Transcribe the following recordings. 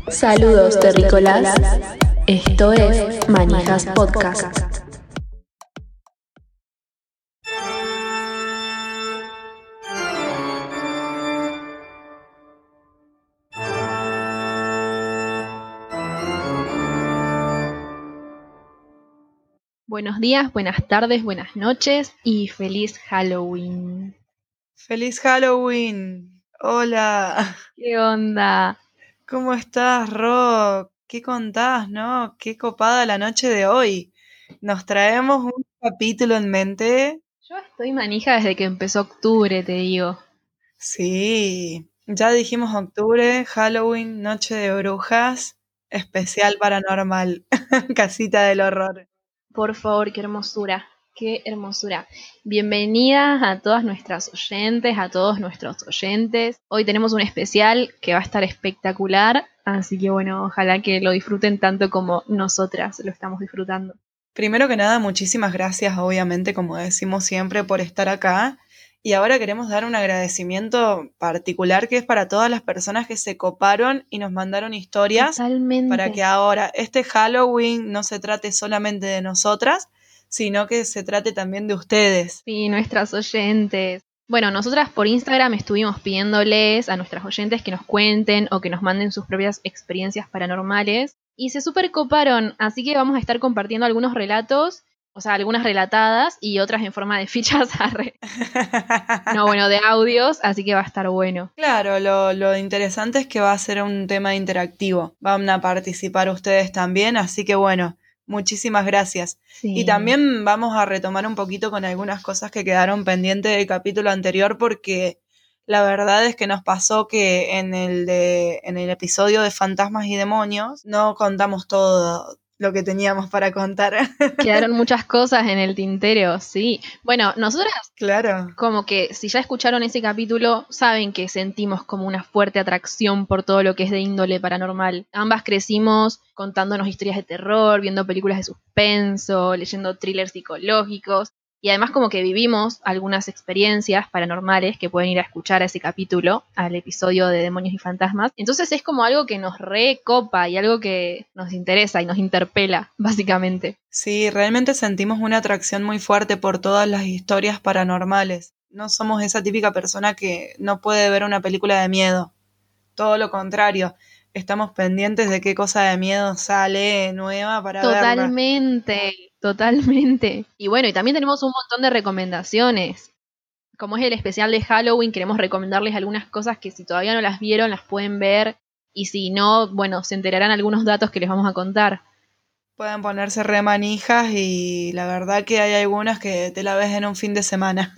Saludos terrícolas, esto es Manijas Podcast. Buenos días, buenas tardes, buenas noches y feliz Halloween. ¡Feliz Halloween! Hola. ¿Qué onda? ¿Cómo estás, Ro? ¿Qué contás, no? Qué copada la noche de hoy. Nos traemos un capítulo en mente. Yo estoy manija desde que empezó octubre, te digo. Sí, ya dijimos octubre, Halloween, Noche de Brujas, especial paranormal, casita del horror. Por favor, qué hermosura, qué hermosura. Bienvenidas a todas nuestras oyentes, a todos nuestros oyentes. Hoy tenemos un especial que va a estar espectacular, así que bueno, ojalá que lo disfruten tanto como nosotras lo estamos disfrutando. Primero que nada, muchísimas gracias, obviamente, como decimos siempre, por estar acá. Y ahora queremos dar un agradecimiento particular que es para todas las personas que se coparon y nos mandaron historias Totalmente. para que ahora este Halloween no se trate solamente de nosotras, sino que se trate también de ustedes. Sí, nuestras oyentes. Bueno, nosotras por Instagram estuvimos pidiéndoles a nuestras oyentes que nos cuenten o que nos manden sus propias experiencias paranormales y se super coparon, así que vamos a estar compartiendo algunos relatos, o sea, algunas relatadas y otras en forma de fichas, no, bueno, de audios, así que va a estar bueno. Claro, lo interesante es que va a ser un tema interactivo. Van a participar ustedes también, así que bueno, muchísimas gracias. Sí. Y también vamos a retomar un poquito con algunas cosas que quedaron pendientes del capítulo anterior porque la verdad es que nos pasó que en el episodio de Fantasmas y Demonios no contamos todo lo que teníamos para contar. Quedaron muchas cosas en el tintero, sí. Bueno, nosotras Claro. como que si ya escucharon ese capítulo, saben que sentimos como una fuerte atracción por todo lo que es de índole paranormal. Ambas crecimos contándonos historias de terror, viendo películas de suspenso, leyendo thrillers psicológicos. Y además como que vivimos algunas experiencias paranormales que pueden ir a escuchar a ese capítulo, al episodio de Demonios y Fantasmas. Entonces es como algo que nos recopa y algo que nos interesa y nos interpela, básicamente. Sí, realmente sentimos una atracción muy fuerte por todas las historias paranormales. No somos esa típica persona que no puede ver una película de miedo. Todo lo contrario, estamos pendientes de qué cosa de miedo sale nueva para verla. Totalmente. Y bueno, y también tenemos un montón de recomendaciones. Como es el especial de Halloween, queremos recomendarles algunas cosas que si todavía no las vieron, las pueden ver. Y si no, bueno, se enterarán algunos datos que les vamos a contar. Pueden ponerse re manijas y la verdad que hay algunas que te la ves en un fin de semana.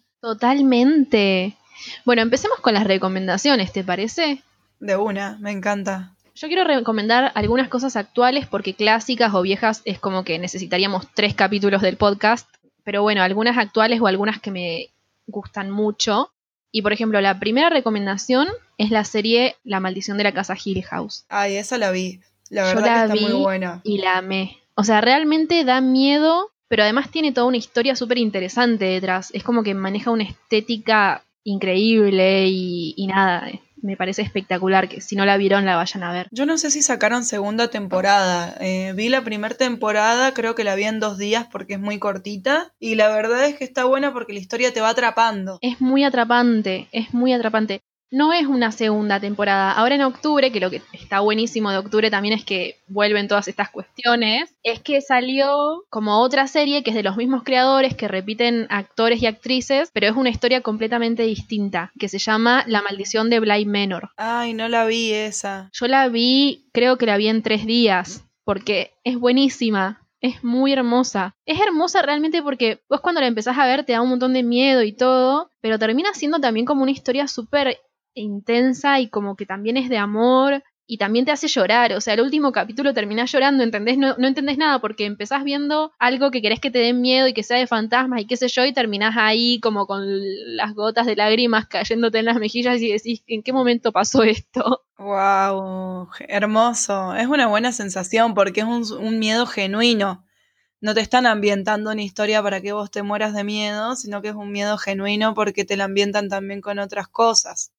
Totalmente. Bueno, empecemos con las recomendaciones, ¿te parece? De una, me encanta. Yo quiero recomendar algunas cosas actuales porque clásicas o viejas es como que necesitaríamos 3 capítulos del podcast, pero bueno, algunas actuales o algunas que me gustan mucho. Y por ejemplo, la primera recomendación es la serie La Maldición de la Casa Hill House. Ay, esa la vi. La Yo verdad que la está muy vi buena. y la amé. O sea, realmente da miedo, pero además tiene toda una historia súper interesante detrás. Es como que maneja una estética increíble y nada, me parece espectacular que si no la vieron la vayan a ver. Yo no sé si sacaron segunda temporada. Vi la primera temporada, creo que la vi en 2 días porque es muy cortita. Y la verdad es que está buena porque la historia te va atrapando. Es muy atrapante, es muy atrapante. No es una segunda temporada. Ahora en octubre, que lo que está buenísimo de octubre también es que vuelven todas estas cuestiones, es que salió como otra serie que es de los mismos creadores, que repiten actores y actrices, pero es una historia completamente distinta, que se llama La Maldición de Bly Manor. Ay, no la vi esa. Yo la vi, creo que la vi en 3 días, porque es buenísima. Es muy hermosa. Es hermosa realmente porque vos cuando la empezás a ver te da un montón de miedo y todo, pero termina siendo también como una historia súper intensa y como que también es de amor y también te hace llorar. O sea, el último capítulo terminás llorando, ¿entendés? No entendés nada porque empezás viendo algo que querés que te dé miedo y que sea de fantasmas y qué sé yo, y terminás ahí como con las gotas de lágrimas cayéndote en las mejillas y decís, ¿en qué momento pasó esto? Wow, hermoso. Es una buena sensación porque es un miedo genuino. No te están ambientando una historia para que vos te mueras de miedo, sino que es un miedo genuino porque te la ambientan también con otras cosas.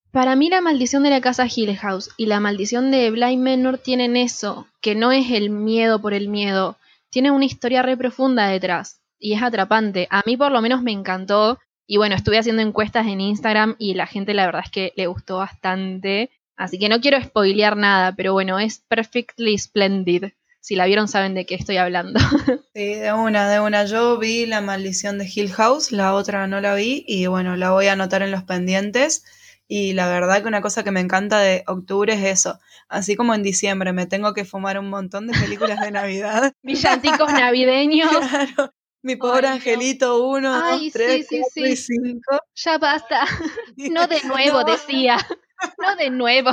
Para mí la maldición de la casa Hill House y la maldición de Bly Manor tienen eso, que no es el miedo por el miedo, tiene una historia re profunda detrás y es atrapante. A mí por lo menos me encantó y bueno, estuve haciendo encuestas en Instagram y la gente la verdad es que le gustó bastante, así que no quiero spoilear nada, pero bueno, es Perfectly Splendid. Si la vieron saben de qué estoy hablando. Sí, de una. Yo vi La Maldición de Hill House, la otra no la vi y bueno, la voy a anotar en los pendientes. Y la verdad que una cosa que me encanta de octubre es eso. Así como en diciembre me tengo que fumar un montón de películas de Navidad. Villancicos navideños. Claro, Mi Pobre Ay, no. Angelito 1, 2, Ay, 3, sí, sí, 4 y sí. 5. Ya basta. No de nuevo, No, decía. No de nuevo.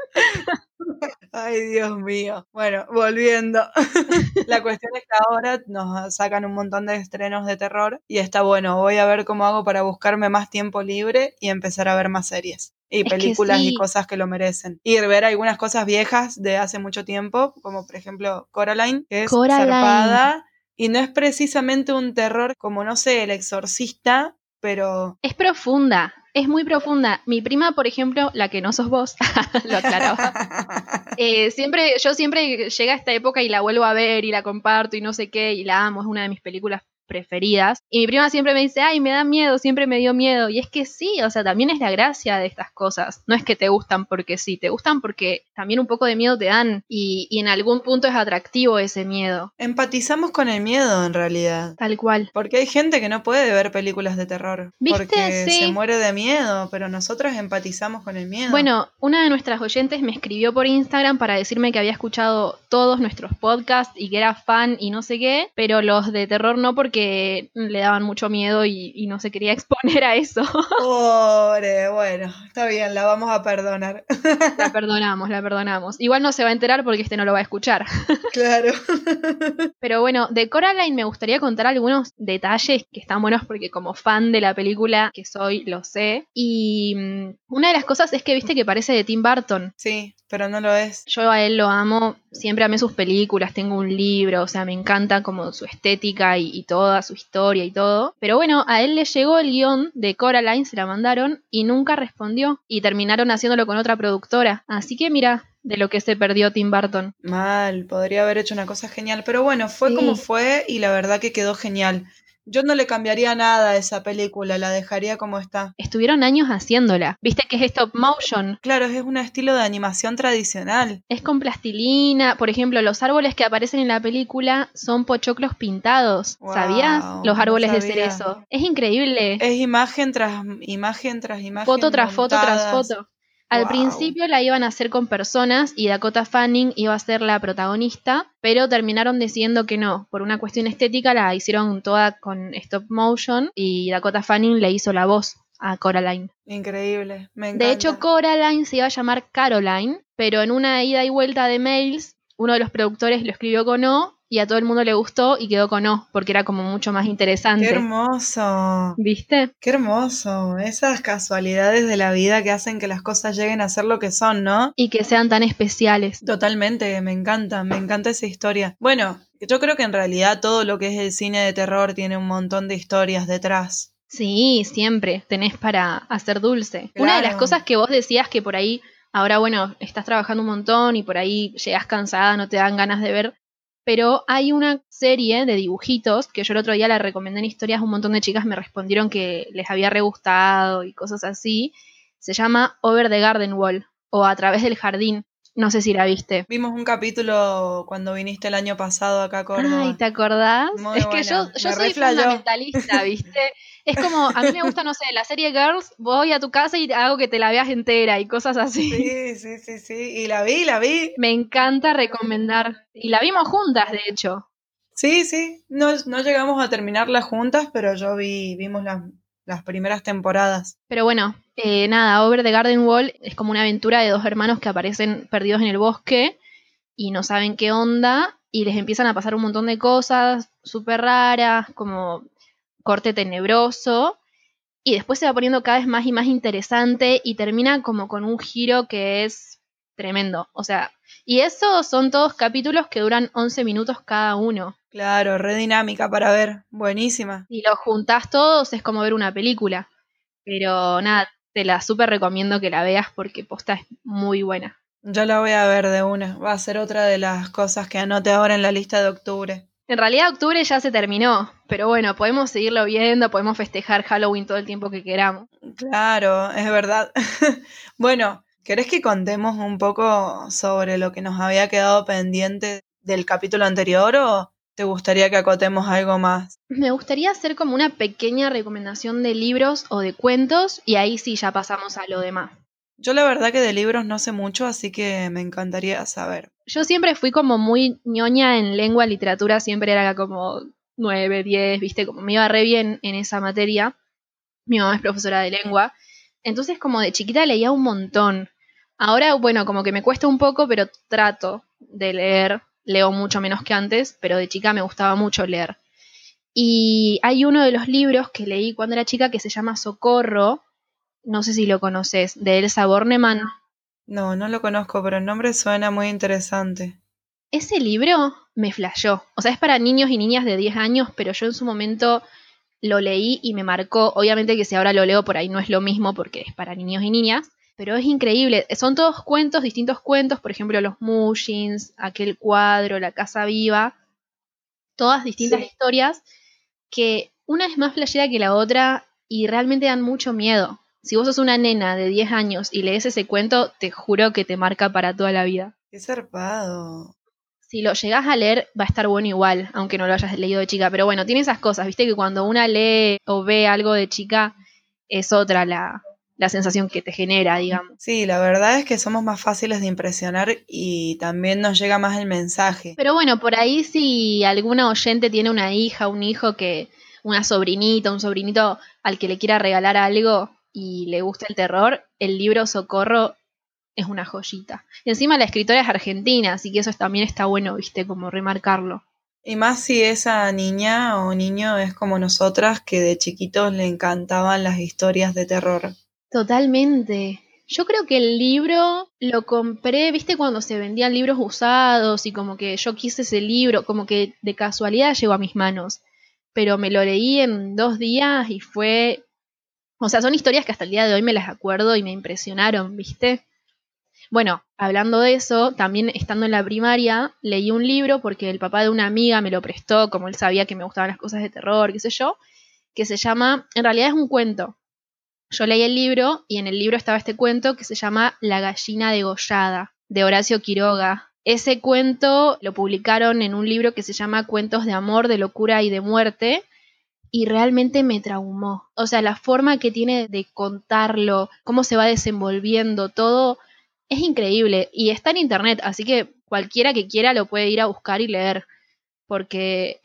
ay, Dios mío. Bueno, volviendo. La cuestión es que ahora nos sacan un montón de estrenos de terror y está bueno. Voy a ver cómo hago para buscarme más tiempo libre y empezar a ver más series y Es que películas y sí. cosas que lo merecen. Y ver algunas cosas viejas de hace mucho tiempo, como por ejemplo Coraline, que es Coraline. zarpada y no es precisamente un terror como, no sé, El Exorcista, pero... Es profunda. Es muy profunda. Mi prima, por ejemplo, la que no sos vos, lo aclaraba. Yo siempre llega esta época y la vuelvo a ver y la comparto y no sé qué, y la amo, es una de mis películas preferidas. Y mi prima siempre me dice, ay, me da miedo, siempre me dio miedo. Y es que sí, o sea, también es la gracia de estas cosas. No es que te gustan porque sí, te gustan porque también un poco de miedo te dan y en algún punto es atractivo ese miedo. Empatizamos con el miedo en realidad. Tal cual. Porque hay gente que no puede ver películas de terror ¿Viste? porque se Sí. muere de miedo, pero nosotros empatizamos con el miedo. Bueno, una de nuestras oyentes me escribió por Instagram para decirme que había escuchado todos nuestros podcasts y que era fan y no sé qué, pero los de terror no porque le daban mucho miedo y no se quería exponer a eso. Pobre, bueno, está bien, la vamos a perdonar. La perdonamos, la perdonamos. Igual no se va a enterar porque este no lo va a escuchar. Claro. Pero bueno, de Coraline me gustaría contar algunos detalles que están buenos porque como fan de la película que soy, lo sé. Y una de las cosas es que viste que parece de Tim Burton. Sí, pero no lo es. Yo a él lo amo, siempre amé sus películas, tengo un libro, o sea, me encanta como su estética y toda su historia y todo. Pero bueno, a él le llegó el guión de Coraline, se la mandaron y nunca respondió. Y terminaron haciéndolo con otra productora. Así que mira, de lo que se perdió Tim Burton. Mal, podría haber hecho una cosa genial, pero bueno, fue como Sí. fue y la verdad que quedó genial. Yo no le cambiaría nada a esa película, la dejaría como está. Estuvieron años haciéndola. Viste que es stop motion. Claro, es un estilo de animación tradicional. Es con plastilina. Por ejemplo, los árboles que aparecen en la película son pochoclos pintados. ¿Sabías? Wow, Los no árboles de sabía. cerezo. Es increíble. Es imagen tras imagen tras Foto imagen tras foto tras montadas. foto. Al Wow, principio la iban a hacer con personas y Dakota Fanning iba a ser la protagonista, pero terminaron decidiendo que no. Por una cuestión estética la hicieron toda con stop motion y Dakota Fanning le hizo la voz a Coraline. increíble, me De hecho, encanta. Coraline se iba a llamar Caroline, pero en una ida y vuelta de mails, uno de los productores lo escribió con O y a todo el mundo le gustó y quedó con O, porque era como mucho más Qué interesante. hermoso, ¿Viste? qué hermoso. Esas casualidades de la vida que hacen que las cosas lleguen a ser lo que son, ¿no? Y que sean tan especiales. Totalmente, me encanta esa historia. Bueno, yo creo que en realidad todo lo que es el cine de terror tiene un montón de historias detrás. Sí, siempre tenés para hacer dulce. Una de las Claro, cosas que vos decías que por ahí, ahora bueno, estás trabajando un montón y por ahí llegas cansada, no te dan ganas de ver, pero hay una serie de dibujitos que yo el otro día la recomendé en historias, un montón de chicas me respondieron que les había re gustado y cosas así. Se llama Over the Garden Wall o A través del jardín. No sé si la viste. vimos un capítulo cuando viniste el año pasado acá a Ay, Córdoba. ¿te acordás? Muy Es que yo, buena, yo me soy reflayó. fundamentalista, ¿viste? Es como, a mí me gusta, no sé, la serie Girls, voy a tu casa y hago que te la veas entera y cosas así. Sí. Y la vi. Me encanta recomendar. Y la vimos juntas, de hecho. Sí. No llegamos a terminarla juntas, pero vimos las primeras temporadas. Pero bueno, nada, Over the Garden Wall es como una aventura de dos hermanos que aparecen perdidos en el bosque y no saben qué onda y les empiezan a pasar un montón de cosas súper raras, como corte tenebroso. Y después se va poniendo cada vez más y más interesante y termina como con un giro que es tremendo. O sea, y esos son todos capítulos que duran 11 minutos cada uno. Claro, re dinámica para ver. Buenísima. Si los juntás todos es como ver una película. Pero nada, Te la súper recomiendo que la veas porque posta es muy buena. Yo la voy a ver de una. Va a ser otra de las cosas que anote ahora en la lista de octubre. En realidad octubre ya se terminó, pero bueno, podemos seguirlo viendo, podemos festejar Halloween todo el tiempo que queramos. Claro, es verdad. Bueno, ¿querés que contemos un poco sobre lo que nos había quedado pendiente del capítulo anterior o te gustaría que acotemos algo más? Me gustaría hacer como una pequeña recomendación de libros o de cuentos y ahí sí ya pasamos a lo demás. Yo la verdad que de libros no sé mucho, así que me encantaría saber. Yo siempre fui como muy ñoña en lengua, literatura, siempre era como 9, 10, viste, como me iba re bien en esa materia. Mi mamá es profesora de lengua, entonces como de chiquita leía un montón. Ahora, bueno, como que me cuesta un poco, pero trato de leer. Leo mucho menos que antes, pero de chica me gustaba mucho leer. Y hay uno de los libros que leí cuando era chica que se llama Socorro, no sé si lo conoces, de Elsa Bornemann. No, no lo conozco, pero el nombre suena muy interesante. Ese libro me flashó. O sea, es para niños y niñas de 10 años, pero yo en su momento lo leí y me marcó. Obviamente que si ahora lo leo por ahí no es lo mismo porque es para niños y niñas, pero es increíble. Son todos cuentos, distintos cuentos, por ejemplo, los Mushins, aquel cuadro, La Casa Viva, todas distintas Sí. historias que una es más flashera que la otra y realmente dan mucho miedo. Si vos sos una nena de 10 años y lees ese cuento, te juro que te marca para toda la vida. Qué zarpado. Si lo llegás a leer, va a estar bueno igual, aunque no lo hayas leído de chica. Pero bueno, tiene esas cosas, viste que cuando una lee o ve algo de chica, es otra la sensación que te genera, digamos. Sí, la verdad es que somos más fáciles de impresionar y también nos llega más el mensaje. Pero bueno, por ahí si alguna oyente tiene una hija, un hijo que, una sobrinita, un sobrinito al que le quiera regalar algo y le gusta el terror, el libro Socorro es una joyita. Y encima la escritora es argentina, así que eso también está bueno, viste, como remarcarlo. Y más si esa niña o niño es como nosotras, que de chiquitos le encantaban las historias de terror. Totalmente. Yo creo que el libro lo compré, viste, cuando se vendían libros usados y como que yo quise ese libro, como que de casualidad llegó a mis manos. Pero me lo leí en 2 días y fue... O sea, son historias que hasta el día de hoy me las acuerdo y me impresionaron, viste. Bueno, hablando de eso, también estando en la primaria, leí un libro porque el papá de una amiga me lo prestó, como él sabía que me gustaban las cosas de terror, qué sé yo, que se llama, en realidad es un cuento. Yo leí el libro y en el libro estaba este cuento que se llama La gallina degollada, de Horacio Quiroga. Ese cuento lo publicaron en un libro que se llama Cuentos de amor, de locura y de muerte y realmente me traumó. O sea, la forma que tiene de contarlo, cómo se va desenvolviendo todo, es increíble y está en internet, así que cualquiera que quiera lo puede ir a buscar y leer, porque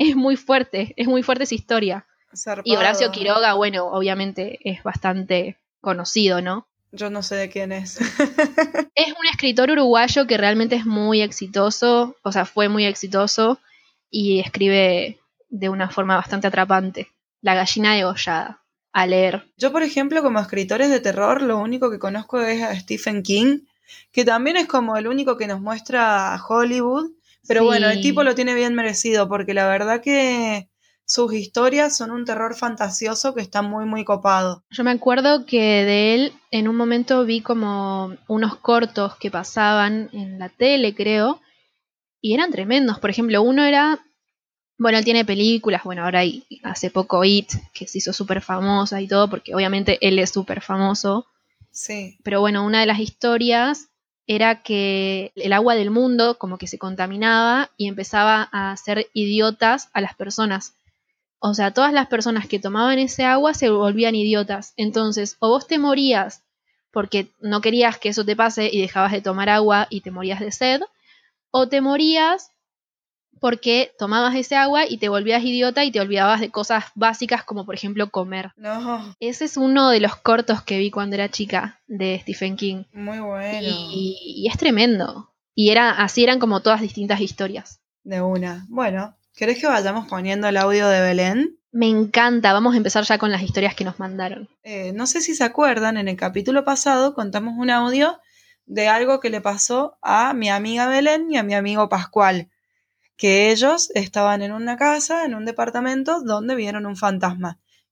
es muy fuerte esa historia. Y Horacio Zarpado. Quiroga, bueno, obviamente es bastante conocido, ¿no? Yo no sé de quién es. Es un escritor uruguayo que realmente es muy exitoso, o sea, fue muy exitoso y escribe de una forma bastante atrapante. La gallina degollada, a leer. Yo, por ejemplo, como escritores de terror, lo único que conozco es a Stephen King, que también es como el único que nos muestra a Hollywood, pero bueno, el tipo Sí, lo tiene bien merecido, porque la verdad que sus historias son un terror fantasioso que está muy, muy copado. yo me acuerdo que de él en un momento vi como unos cortos que pasaban en la tele, creo, y eran tremendos. Por ejemplo, uno era, bueno, él tiene películas, bueno, ahora hay hace poco It, que se hizo súper famosa y todo, porque obviamente él es súper famoso. Sí. Pero bueno, una de las historias era que el agua del mundo como que se contaminaba y empezaba a hacer idiotas a las personas. O sea, todas las personas que tomaban ese agua se volvían idiotas. Entonces, o vos te morías porque no querías que eso te pase y dejabas de tomar agua y te morías de sed, o te morías porque tomabas ese agua y te volvías idiota y te olvidabas de cosas básicas como por ejemplo comer. No, Ese es uno de los cortos que vi cuando era chica de Stephen King. muy bueno. Y es tremendo. Y era, así eran como todas distintas historias. De una. Bueno, ¿querés que vayamos poniendo el audio de Belén? Me encanta, vamos a empezar ya con las historias que nos mandaron. No sé si se acuerdan, en el capítulo pasado contamos un audio de algo que le pasó a mi amiga Belén y a mi amigo Pascual, que ellos estaban en una casa, en un departamento, donde vieron un fantasma.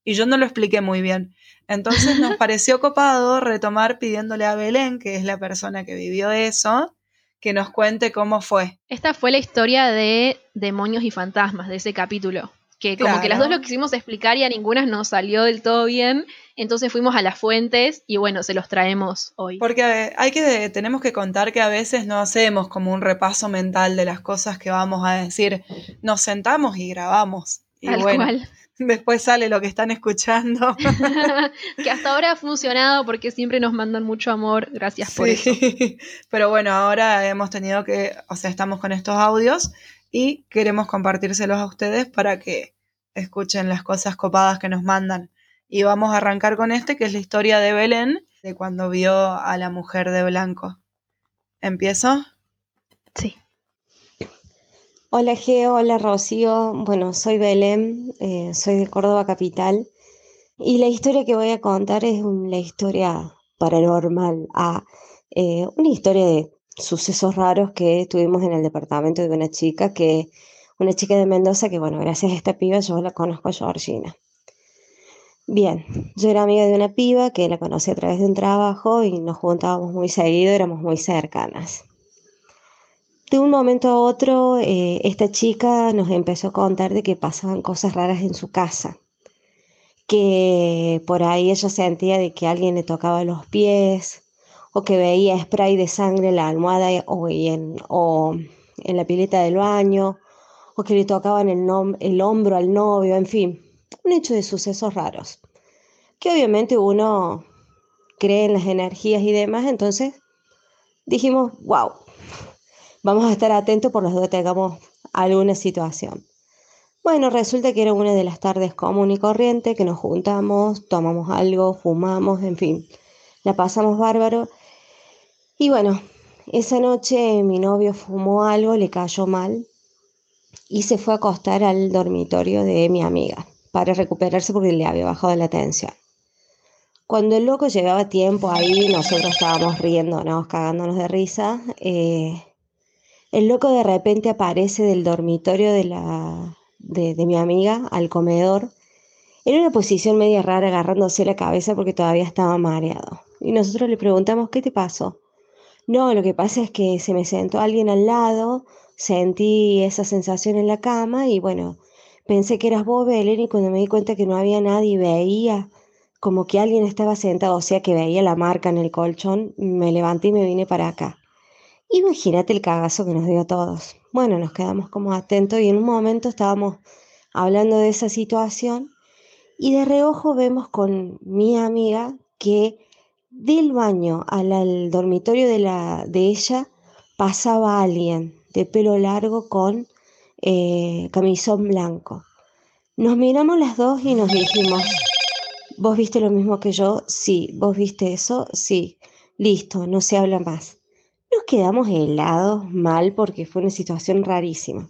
y yo no lo expliqué muy bien. Entonces nos pareció copado retomar pidiéndole a Belén, que es la persona que vivió eso, que nos cuente cómo fue. Esta fue la historia de demonios y fantasmas de ese capítulo. Que como que las dos lo Claro. quisimos explicar y a ninguna nos salió del todo bien. Entonces fuimos a las fuentes y bueno, se los traemos hoy. Porque tenemos que contar que a veces no hacemos como un repaso mental de las cosas que vamos a decir. Nos sentamos y grabamos. Y Tal bueno, cual. después sale lo que están escuchando. Que hasta ahora ha funcionado porque siempre nos mandan mucho amor. Gracias por eso. Sí, pero bueno, ahora hemos tenido estamos con estos audios y queremos compartírselos a ustedes para que escuchen las cosas copadas que nos mandan. Y vamos a arrancar con que es la historia de Belén, de cuando vio a la mujer de blanco. ¿Empiezo? Sí. Hola Geo, hola Rocío. Bueno, soy Belén, soy de Córdoba capital y la historia que voy a contar es la historia paranormal, una historia de sucesos raros que tuvimos en el departamento de una chica de Mendoza que bueno, gracias a esta piba yo la conozco a Georgina. Bien, yo era amiga de una piba que la conocí a través de un trabajo y nos juntábamos muy seguido, éramos muy cercanas. De un momento a otro, esta chica nos empezó a contar de que pasaban cosas raras en su casa, que por ahí ella sentía de que alguien le tocaba los pies, o que veía spray de sangre en la almohada o en la pileta del baño, o que le tocaban el hombro al novio, en fin, un hecho de sucesos raros, que obviamente uno cree en las energías y demás, entonces dijimos, wow. Vamos a estar atentos por los dos tengamos alguna situación. Bueno, resulta que era una de las tardes común y corriente, que nos juntamos, tomamos algo, fumamos, en fin, la pasamos bárbaro. Y bueno, esa noche mi novio fumó algo, le cayó mal y se fue a acostar al dormitorio de mi amiga para recuperarse porque le había bajado la tensión. Cuando el loco llegaba a tiempo ahí, nosotros estábamos riéndonos, cagándonos de risa. El loco de repente aparece del dormitorio de mi amiga al comedor en una posición media rara, agarrándose la cabeza porque todavía estaba mareado. Y nosotros le preguntamos, ¿qué te pasó? No, lo que pasa es que se me sentó alguien al lado, sentí esa sensación en la cama y bueno, pensé que eras vos, Belén, y cuando me di cuenta que no había nadie, veía como que alguien estaba sentado, o sea que veía la marca en el colchón, me levanté y me vine para acá. Imagínate el cagazo que nos dio a todos. Bueno, nos quedamos como atentos y en un momento estábamos hablando de esa situación y de reojo vemos con mi amiga que del baño al dormitorio de ella pasaba alguien de pelo largo con camisón blanco. Nos miramos las dos y nos dijimos, ¿vos viste lo mismo que yo? Sí. ¿Vos viste eso? Sí. Listo, no se habla más. Nos quedamos helados mal porque fue una situación rarísima.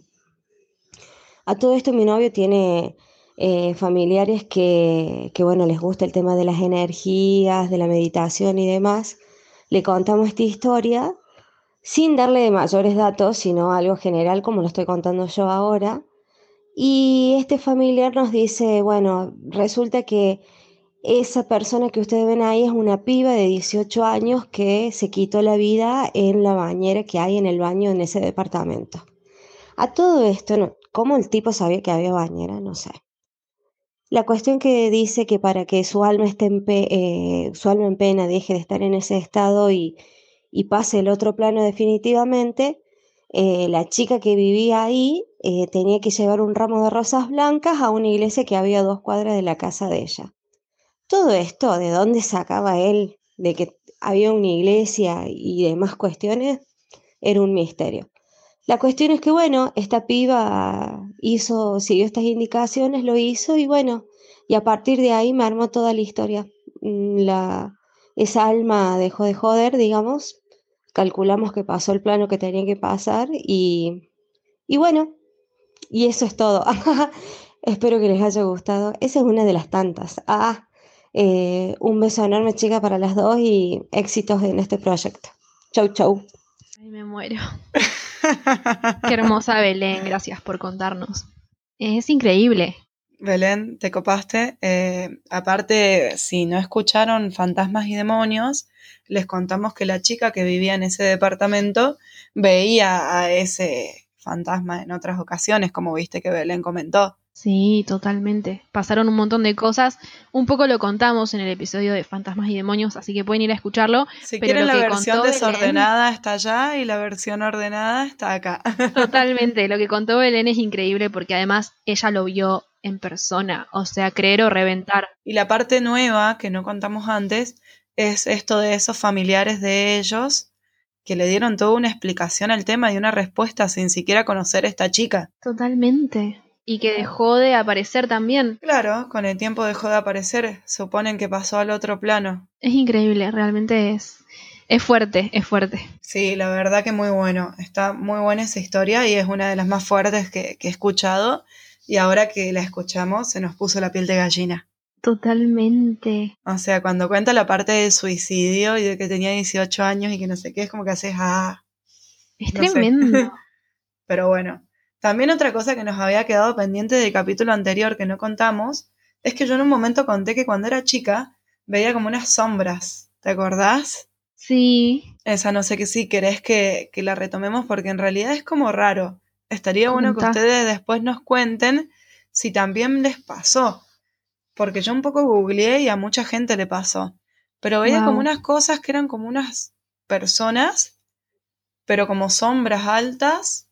A todo esto mi novio tiene familiares bueno, les gusta el tema de las energías, de la meditación y demás. Le contamos esta historia sin darle de mayores datos, sino algo general como lo estoy contando yo ahora. Y este familiar nos dice, bueno, resulta que esa persona que ustedes ven ahí es una piba de 18 años que se quitó la vida en la bañera que hay en el baño en ese departamento. A todo esto, ¿cómo el tipo sabía que había bañera? No sé. La cuestión que dice que para que su alma su alma en pena deje de estar en ese estado y pase el otro plano definitivamente, la chica que vivía ahí tenía que llevar un ramo de rosas blancas a una iglesia que había a 2 cuadras de la casa de ella. Todo esto, ¿de dónde sacaba él de que había una iglesia y demás cuestiones? Era un misterio. La cuestión es que, bueno, esta piba siguió estas indicaciones, lo hizo y bueno, y a partir de ahí me armó toda la historia. Esa alma dejó de joder, digamos, calculamos que pasó el plano que tenía que pasar y bueno, y eso es todo. Espero que les haya gustado. Esa es una de las tantas. Un beso enorme, chica, para las dos y éxitos en este proyecto. Chau, chau. Ay, me muero. Qué hermosa Belén, gracias por contarnos. Es increíble. Belén, te copaste. Aparte, si no escucharon Fantasmas y Demonios, les contamos que la chica que vivía en ese departamento veía a ese fantasma en otras ocasiones, como viste que Belén comentó. Sí, totalmente. Pasaron un montón de cosas. Un poco lo contamos en el episodio de Fantasmas y Demonios, así que pueden ir a escucharlo. Si Pero quieren lo la que versión contó Belén, desordenada está allá y la versión ordenada está acá. totalmente, lo que contó Belén es increíble porque además ella lo vio en persona, o sea, creer o reventar. Y la parte nueva, que no contamos antes, es esto de esos familiares de ellos que le dieron toda una explicación al tema y una respuesta sin siquiera conocer a esta chica. Totalmente. Y que dejó de aparecer también. Claro, con el tiempo dejó de aparecer, suponen que pasó al otro plano. Es increíble, realmente es fuerte, es fuerte. Sí, la verdad que muy bueno, está muy buena esa historia y es una de las más fuertes que he escuchado y ahora que la escuchamos se nos puso la piel de gallina. Totalmente. O sea, cuando cuenta la parte del suicidio y de que tenía 18 años y que no sé qué, es como que haces, Es no sé. tremendo. Pero bueno, también otra cosa que nos había quedado pendiente del capítulo anterior que no contamos, es que yo en un momento conté que cuando era chica veía como unas sombras, ¿te acordás? Sí, Esa no sé que si querés que la retomemos porque en realidad es como raro. Estaría bueno que contá. ustedes después nos cuenten si también les pasó, porque yo un poco googleé y a mucha gente le pasó, pero veía como Wow. unas cosas que eran como unas personas, pero como sombras altas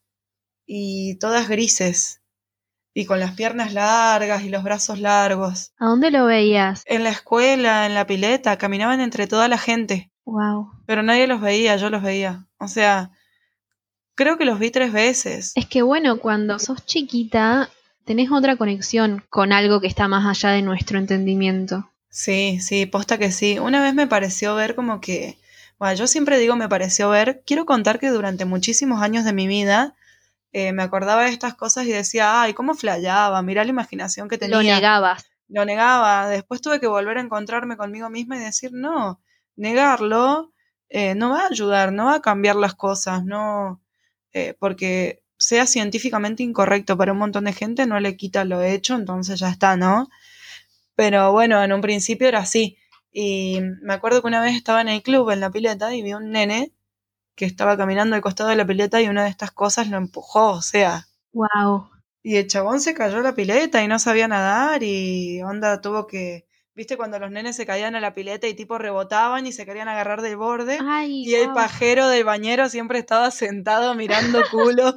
y todas grises, y con las piernas largas y los brazos largos. ¿A dónde lo veías? En la escuela, en la pileta, caminaban entre toda la gente, Wow. pero nadie los veía, yo los veía. O sea, creo que los vi 3 veces. Es que bueno, cuando sos chiquita, tenés otra conexión con algo que está más allá de nuestro entendimiento. Sí, sí, posta que sí. Una vez me pareció ver como que, bueno, yo siempre digo me pareció ver, quiero contar que durante muchísimos años de mi vida me acordaba de estas cosas y decía, ay, cómo flayaba, mirá la imaginación que Lo tenía. negabas. Lo negaba, después tuve que volver a encontrarme conmigo misma y decir, no, negarlo no va a ayudar, no va a cambiar las cosas, no, porque sea científicamente incorrecto para un montón de gente, no le quita lo hecho, entonces ya está, ¿no? Pero bueno, en un principio era así. Y me acuerdo que una vez estaba en el club, en la pileta, y vi un nene que estaba caminando al costado de la pileta y una de estas cosas lo empujó, o sea, Wow. y el chabón se cayó a la pileta y no sabía nadar y onda tuvo que, viste cuando los nenes se caían a la pileta y tipo rebotaban y se querían agarrar del borde Ay, y el wow. pajero del bañero siempre estaba sentado mirando culo.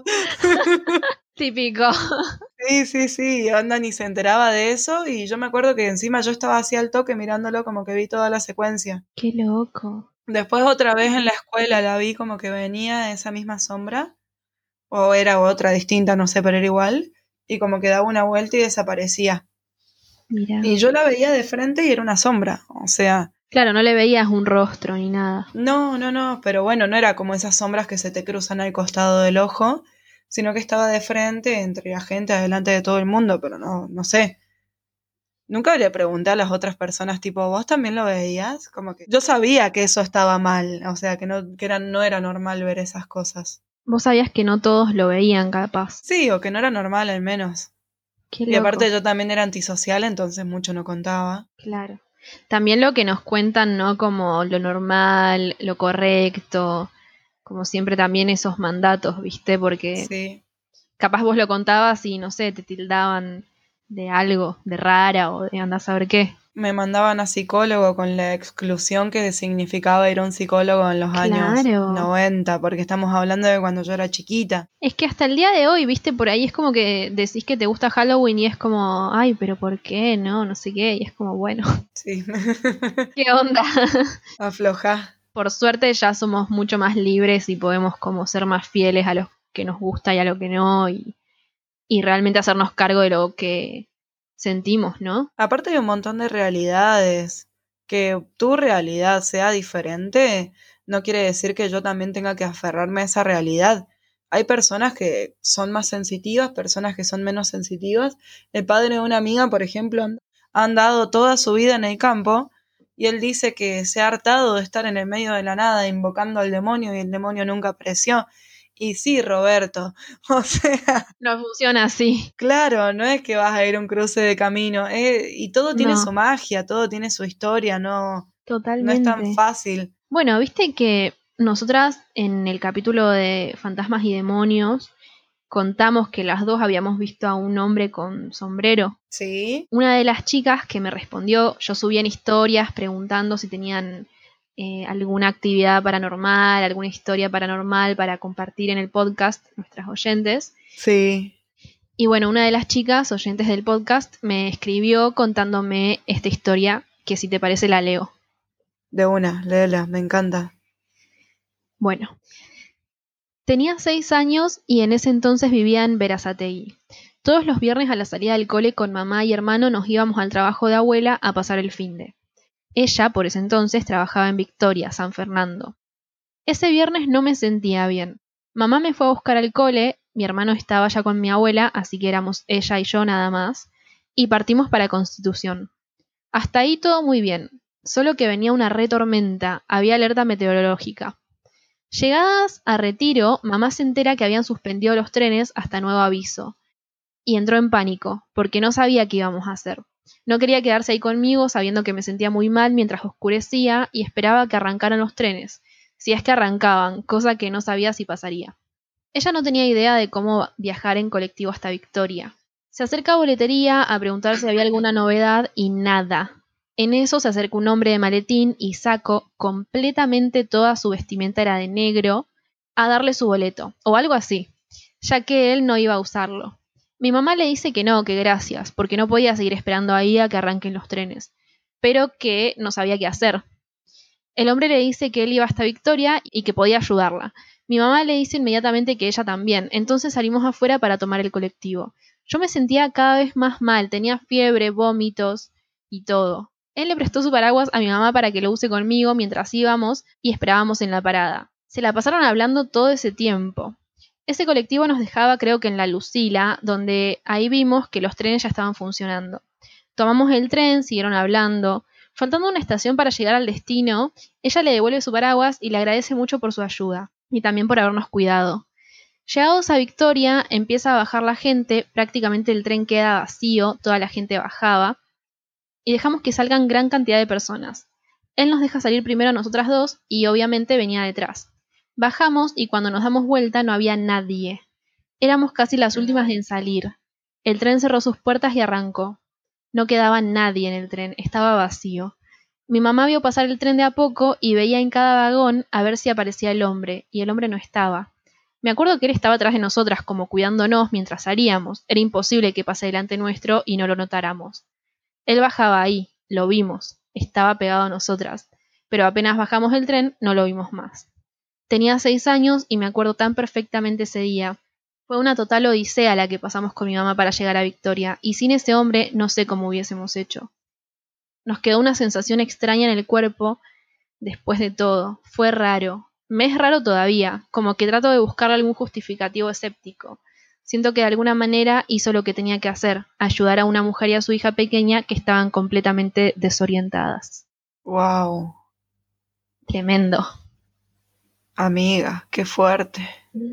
Típico. Sí, sí, sí, onda ni se enteraba de eso y yo me acuerdo que encima yo estaba así al toque mirándolo como que vi toda la secuencia. Qué loco. Después otra vez en la escuela la vi como que venía esa misma sombra o era otra distinta, no sé, pero era igual y como que daba una vuelta y desaparecía. Mira. Y yo la veía de frente y era una sombra, o sea, Claro, no le veías un rostro ni nada. no, no, no, pero bueno, no era como esas sombras que se te cruzan al costado del ojo, sino que estaba de frente entre la gente, adelante de todo el mundo, pero no, no sé. Nunca le pregunté a las otras personas, tipo, ¿vos también lo veías? Como que yo sabía que eso estaba mal, o sea, no era normal ver esas cosas. Vos sabías que no todos lo veían, capaz. Sí, o que no era normal al menos. Qué Y aparte loco. yo también era antisocial, entonces mucho no contaba. Claro. También lo que nos cuentan, ¿no? Como lo normal, lo correcto, como siempre también esos mandatos, ¿viste? Porque Sí. capaz vos lo contabas y no sé, te tildaban de algo, de rara o de andás a saber qué. Me mandaban a psicólogo con la exclusión que significaba ir a un psicólogo en los años Claro. 90, porque estamos hablando de cuando yo era chiquita. Es que hasta el día de hoy, viste, por ahí es como que decís que te gusta Halloween y es como, ay, pero ¿por qué? No, no sé qué. Y es como, bueno, Sí. ¿qué onda? Afloja. Por suerte ya somos mucho más libres y podemos como ser más fieles a lo que nos gusta y a lo que no y realmente hacernos cargo de lo que sentimos, ¿no? Aparte de un montón de realidades, que tu realidad sea diferente, no quiere decir que yo también tenga que aferrarme a esa realidad. Hay personas que son más sensitivas, personas que son menos sensitivas. El padre de una amiga, por ejemplo, ha andado toda su vida en el campo y él dice que se ha hartado de estar en el medio de la nada invocando al demonio y el demonio nunca apareció. Y sí, Roberto, o sea, No funciona así. claro, no es que vas a ir a un cruce de camino, y todo tiene No, su magia, todo tiene su historia, no es tan totalmente. fácil. Bueno, viste que nosotras en el capítulo de Fantasmas y Demonios contamos que las dos habíamos visto a un hombre con sombrero. ¿Sí? Una de las chicas que me respondió, yo subía en historias preguntando si tenían alguna actividad paranormal, alguna historia paranormal para compartir en el podcast, nuestras oyentes. Sí, Y bueno, una de las chicas, oyentes del podcast, me escribió contándome esta historia, que si te parece la leo. de una, léela, me encanta. Bueno, tenía 6 años y en ese entonces vivía en Berazategui. Todos los viernes a la salida del cole con mamá y hermano nos íbamos al trabajo de abuela a pasar el finde. Ella, por ese entonces, trabajaba en Victoria, San Fernando. Ese viernes no me sentía bien. Mamá me fue a buscar al cole, mi hermano estaba ya con mi abuela, así que éramos ella y yo nada más, y partimos para Constitución. Hasta ahí todo muy bien, solo que venía una retormenta, había alerta meteorológica. Llegadas a Retiro, mamá se entera que habían suspendido los trenes hasta nuevo aviso, y entró en pánico, porque no sabía qué íbamos a hacer. No quería quedarse ahí conmigo sabiendo que me sentía muy mal mientras oscurecía y esperaba que arrancaran los trenes, si es que arrancaban, cosa que no sabía si pasaría. Ella no tenía idea de cómo viajar en colectivo hasta Victoria. Se acerca a boletería a preguntar si había alguna novedad y nada. En eso se acerca un hombre de maletín y saco, completamente toda su vestimenta era de negro, a darle su boleto, o algo así, ya que él no iba a usarlo. Mi mamá le dice que no, que gracias, porque no podía seguir esperando ahí a que arranquen los trenes, pero que no sabía qué hacer. El hombre le dice que él iba hasta Victoria y que podía ayudarla. Mi mamá le dice inmediatamente que ella también, entonces salimos afuera para tomar el colectivo. Yo me sentía cada vez más mal, tenía fiebre, vómitos y todo. Él le prestó su paraguas a mi mamá para que lo use conmigo mientras íbamos y esperábamos en la parada. Se la pasaron hablando todo ese tiempo. Ese colectivo nos dejaba creo que en la Lucila, donde ahí vimos que los trenes ya estaban funcionando. Tomamos el tren, siguieron hablando. Faltando una estación para llegar al destino, ella le devuelve su paraguas y le agradece mucho por su ayuda, y también por habernos cuidado. Llegados a Victoria, empieza a bajar la gente, prácticamente el tren queda vacío, toda la gente bajaba, y dejamos que salgan gran cantidad de personas. Él nos deja salir primero a nosotras dos, y obviamente venía detrás. Bajamos y cuando nos damos vuelta no había nadie. Éramos casi las últimas en salir. El tren cerró sus puertas y arrancó. No quedaba nadie en el tren, estaba vacío. Mi mamá vio pasar el tren de a poco y veía en cada vagón a ver si aparecía el hombre, y el hombre no estaba. Me acuerdo que él estaba atrás de nosotras como cuidándonos mientras salíamos. Era imposible que pase delante nuestro y no lo notáramos. Él bajaba ahí, lo vimos, estaba pegado a nosotras, pero apenas bajamos del tren no lo vimos más. Tenía 6 años y me acuerdo tan perfectamente ese día. Fue una total odisea la que pasamos con mi mamá para llegar a Victoria, y sin ese hombre no sé cómo hubiésemos hecho. Nos quedó una sensación extraña en el cuerpo después de todo. Fue raro. Me es raro todavía, como que trato de buscar algún justificativo escéptico. Siento que de alguna manera hizo lo que tenía que hacer, ayudar a una mujer y a su hija pequeña que estaban completamente desorientadas. Wow, Tremendo. amiga, qué fuerte.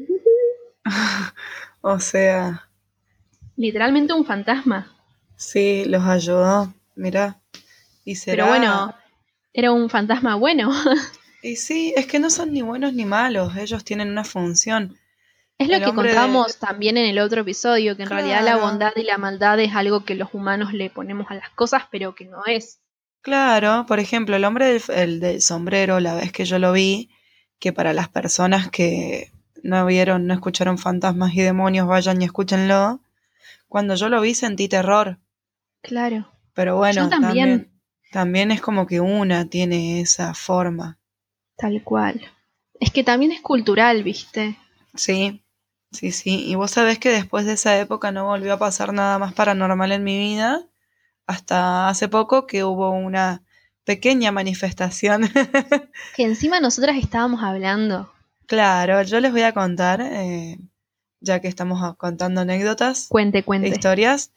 O sea, Literalmente un fantasma. sí, los ayudó, mirá. Y Pero bueno, será... era un fantasma bueno. Y sí, es que no son ni buenos ni malos, ellos tienen una función. Es lo El que hombre de... contábamos también en el otro episodio, que en realidad la Claro, bondad y la maldad es algo que los humanos le ponemos a las cosas, pero que no es. claro. Por ejemplo, el del sombrero, la vez que yo lo vi, que para las personas que no vieron, no escucharon Fantasmas y Demonios, vayan y escúchenlo. Cuando yo lo vi sentí terror. Claro. Pero Yo bueno, también, también es como que una tiene esa forma. tal cual. Es que también es cultural, ¿viste? Sí, sí, sí. Y vos sabés que después de esa época no volvió a pasar nada más paranormal en mi vida, hasta hace poco que hubo una pequeña manifestación. Que encima nosotras estábamos hablando. Claro, yo les voy a contar, ya que estamos contando anécdotas Cuente, e cuente. historias.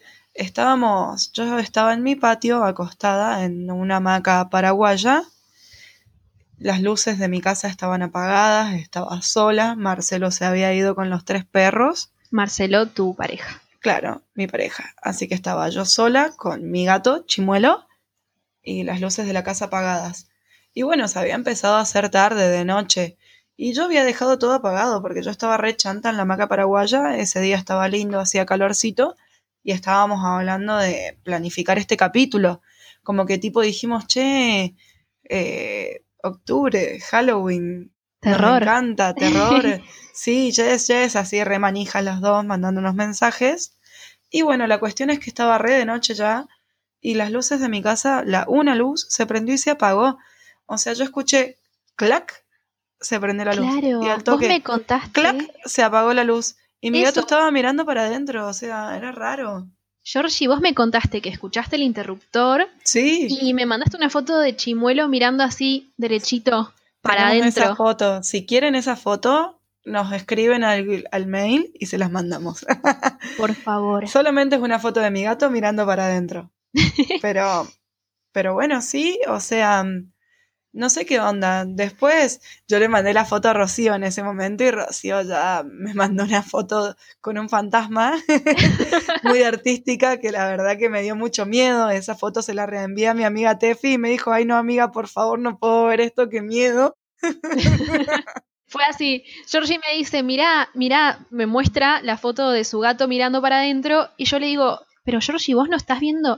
Yo estaba en mi patio acostada en una hamaca paraguaya Las luces de mi casa estaban apagadas, estaba sola, Marcelo se había ido con los 3 perros. Marcelo, tu pareja. Claro, mi pareja. Así que estaba yo sola con mi gato, Chimuelo, y las luces de la casa apagadas. Y bueno, se había empezado a hacer tarde, de noche, y yo había dejado todo apagado porque yo estaba re chanta en la hamaca paraguaya, ese día estaba lindo, hacía calorcito, y estábamos hablando de planificar este capítulo. Como que tipo dijimos, che, octubre, Halloween, nos Terror. encanta, terror. Sí, yes, yes, así re manijas las dos mandando unos mensajes. Y bueno, la cuestión es que estaba re de noche ya y las luces de mi casa, una luz se prendió y se apagó. O sea, yo escuché clac, se prendió la luz. Y Claro, al vos me toque, clac, contaste se apagó la luz. Y mi gato eso. estaba mirando para adentro, o sea, era raro. Georgie, vos me contaste que escuchaste el interruptor Sí, y me mandaste una foto de Chimuelo mirando así, derechito, para tenemos esa adentro. foto. Si quieren esa foto, nos escriben al mail y se las mandamos. Por favor. Solamente es una foto de mi gato mirando para adentro. Pero, pero bueno, sí, o sea, no sé qué onda. Después yo le mandé la foto a Rocío en ese momento y Rocío ya me mandó una foto con un fantasma muy artística que la verdad que me dio mucho miedo. Esa foto se la reenvié a mi amiga Tefi y me dijo, ay no amiga, por favor, no puedo ver esto, qué miedo. Fue así. Georgie me dice, mirá, me muestra la foto de su gato mirando para adentro y yo le digo, pero Georgie, vos no estás viendo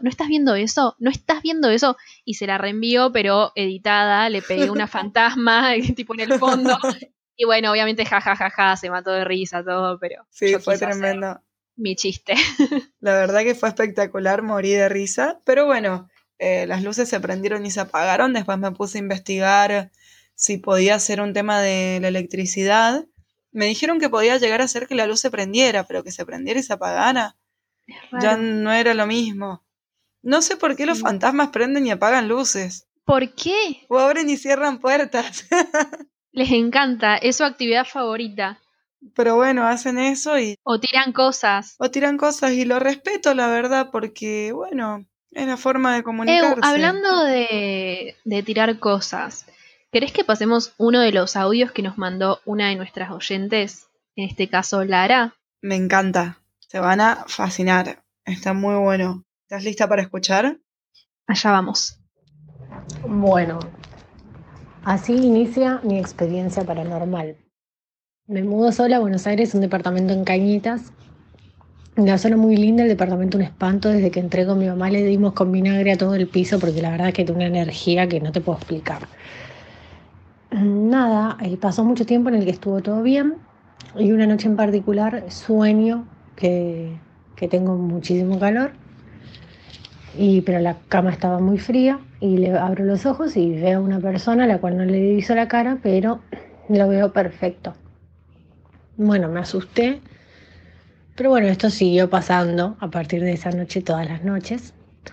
eso. Y se la reenvío, pero editada, le pegué una fantasma, tipo en el fondo. Y bueno, obviamente, jajajaja, se mató de risa todo, pero Sí, yo fue quise hacer tremendo. mi chiste. La verdad que fue espectacular, morí de risa, pero bueno, las luces se prendieron y se apagaron, después me puse a investigar si podía ser un tema de la electricidad. Me dijeron que podía llegar a ser que la luz se prendiera, pero que se prendiera y se apagara, ya Raro. no era lo mismo. No sé por qué los Sí. fantasmas prenden y apagan luces, ¿Por qué? o abren y cierran puertas, Les encanta, es su actividad favorita. pero bueno, hacen eso y O tiran cosas. o tiran cosas y lo respeto, la verdad, porque bueno, es la forma de comunicarse. Hablando de tirar cosas, ¿querés que pasemos uno de los audios que nos mandó una de nuestras oyentes? En este caso, Lara. Me encanta. Se van a fascinar. Está muy bueno. ¿Estás lista para escuchar? Allá vamos. Bueno, así inicia mi experiencia paranormal. Me mudo sola a Buenos Aires, un departamento en Cañitas. Una zona muy linda, el departamento un espanto. Desde que entré con mi mamá le dimos con vinagre a todo el piso porque la verdad es que tiene una energía que no te puedo explicar. Nada, pasó mucho tiempo en el que estuvo todo bien y una noche en particular sueño que tengo muchísimo calor, pero la cama estaba muy fría y le abro los ojos y veo a una persona a la cual no le diviso la cara, pero lo veo perfecto. Bueno, me asusté, pero bueno, esto siguió pasando a partir de esa noche todas las noches,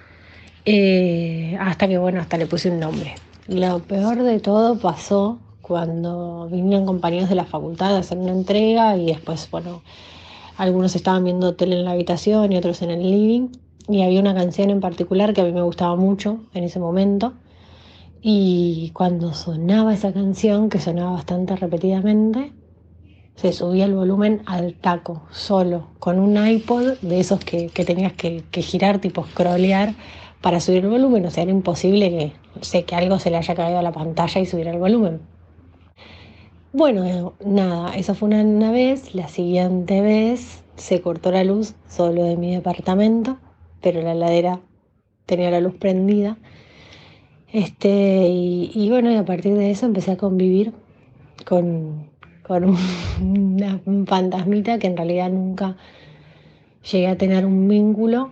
hasta que bueno, hasta le puse un nombre. Lo peor de todo pasó cuando vinieron compañeros de la facultad a hacer una entrega y después, bueno, algunos estaban viendo tele en la habitación y otros en el living. Y había una canción en particular que a mí me gustaba mucho en ese momento. Y cuando sonaba esa canción, que sonaba bastante repetidamente, se subía el volumen al taco, solo, con un iPod de esos que tenías que girar, tipo scrollear, para subir el volumen. O sea, era imposible que, no sé, que algo se le haya caído a la pantalla y subiera el volumen. Bueno, nada, eso fue una vez. La siguiente vez se cortó la luz solo de mi departamento, pero la heladera tenía la luz prendida. Y bueno, y a partir de eso empecé a convivir con un fantasmita que en realidad nunca llegué a tener un vínculo,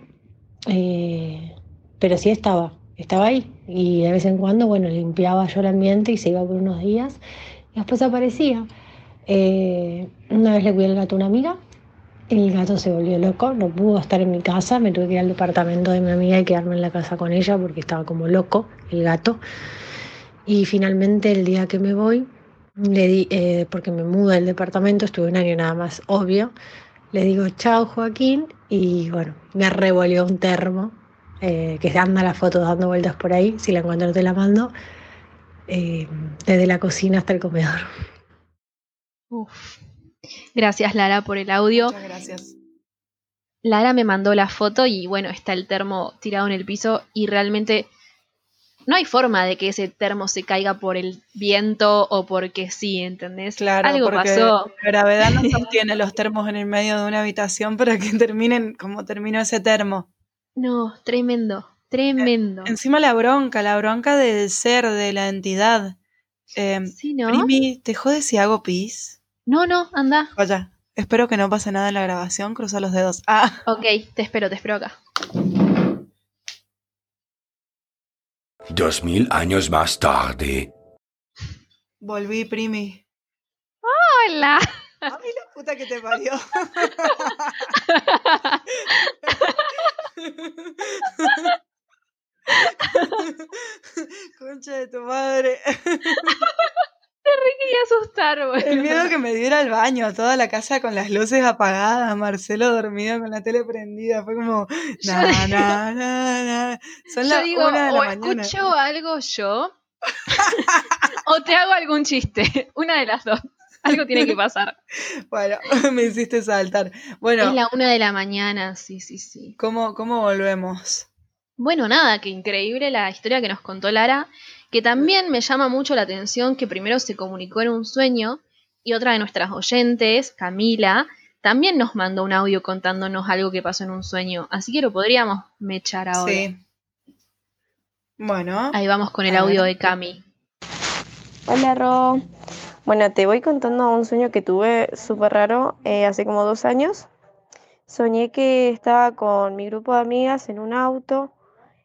pero sí estaba ahí. Y de vez en cuando, bueno, limpiaba yo el ambiente y se iba por unos días y después aparecía. Una vez le cuidé el gato a una amiga, el gato se volvió loco, no pudo estar en mi casa, me tuve que ir al departamento de mi amiga y quedarme en la casa con ella porque estaba como loco el gato. Y finalmente el día que me voy, le di, porque me mudo del departamento, estuve un año nada más, obvio, le digo chao Joaquín y bueno, me revolvió un termo, que anda la foto dando vueltas por ahí, si la encuentro te la mando. desde la cocina hasta el comedor. Uf. Gracias, Lara, por el audio. Muchas gracias. Lara me mandó la foto y bueno, está el termo tirado en el piso y realmente no hay forma de que ese termo se caiga por el viento o porque sí, ¿entendés? Claro, Algo porque pasó. la gravedad no sostiene los termos en el medio de una habitación para que terminen como terminó ese termo. No, tremendo, tremendo. Encima la bronca del ser, de la entidad. Sí, ¿no? Primi, ¿te jode si hago pis? No, anda. Vaya, espero que no pase nada en la grabación, cruza los dedos. Ah, Ok, te espero acá. 2000 años más tarde. volví, Primi. Hola. Ay, la puta que te parió. Concha de tu madre. Quería asustar, boludo. El miedo que me diera al baño, toda la casa con las luces apagadas, Marcelo dormido con la tele prendida, fue como, na. Son Yo las digo, 1 de la o mañana. escucho algo yo, o te hago algún chiste. Una de las dos. Algo tiene que pasar. Bueno, me hiciste saltar. Bueno, Es la 1 de la mañana, sí. ¿cómo volvemos? Bueno, nada, qué increíble la historia que nos contó Lara, que también me llama mucho la atención que primero se comunicó en un sueño y otra de nuestras oyentes, Camila, también nos mandó un audio contándonos algo que pasó en un sueño, así que lo podríamos mechar ahora. Sí. Bueno. Ahí vamos con el a audio ver. de Cami. Hola, Ro. Bueno, te voy contando un sueño que tuve súper raro hace como 2 años. Soñé que estaba con mi grupo de amigas en un auto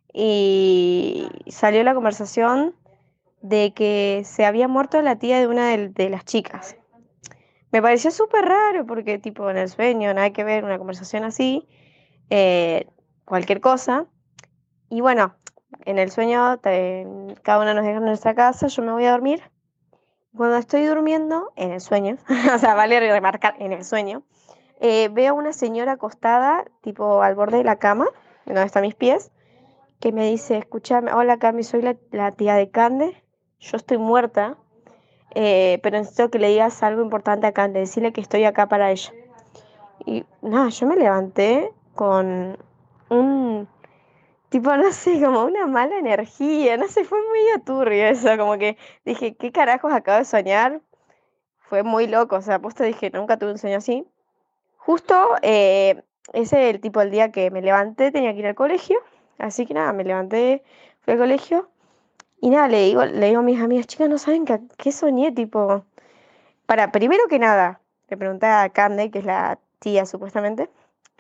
y salió la conversación de que se había muerto la tía de una de las chicas. Me pareció súper raro porque tipo en el sueño, nada que ver, una conversación así, cualquier cosa. Y bueno, en el sueño cada una nos deja en nuestra casa, yo me voy a dormir. Cuando estoy durmiendo, en el sueño, o sea, vale remarcar, en el sueño, veo a una señora acostada, tipo al borde de la cama, donde están mis pies, que me dice, escúchame, hola Cami, soy la tía de Cande, yo estoy muerta, pero necesito que le digas algo importante a Cande, decirle que estoy acá para ella. Y nada, yo me levanté con un, tipo, no sé, como una mala energía, no sé, fue muy turbio eso, como que dije, ¿qué carajos acabo de soñar? Fue muy loco, o sea, posta dije, nunca tuve un sueño así. Justo ese el tipo el día que me levanté tenía que ir al colegio, así que nada, me levanté, fui al colegio y nada, le digo a mis amigas, chicas, no saben qué soñé, tipo, primero que nada, le pregunté a Cande, que es la tía supuestamente,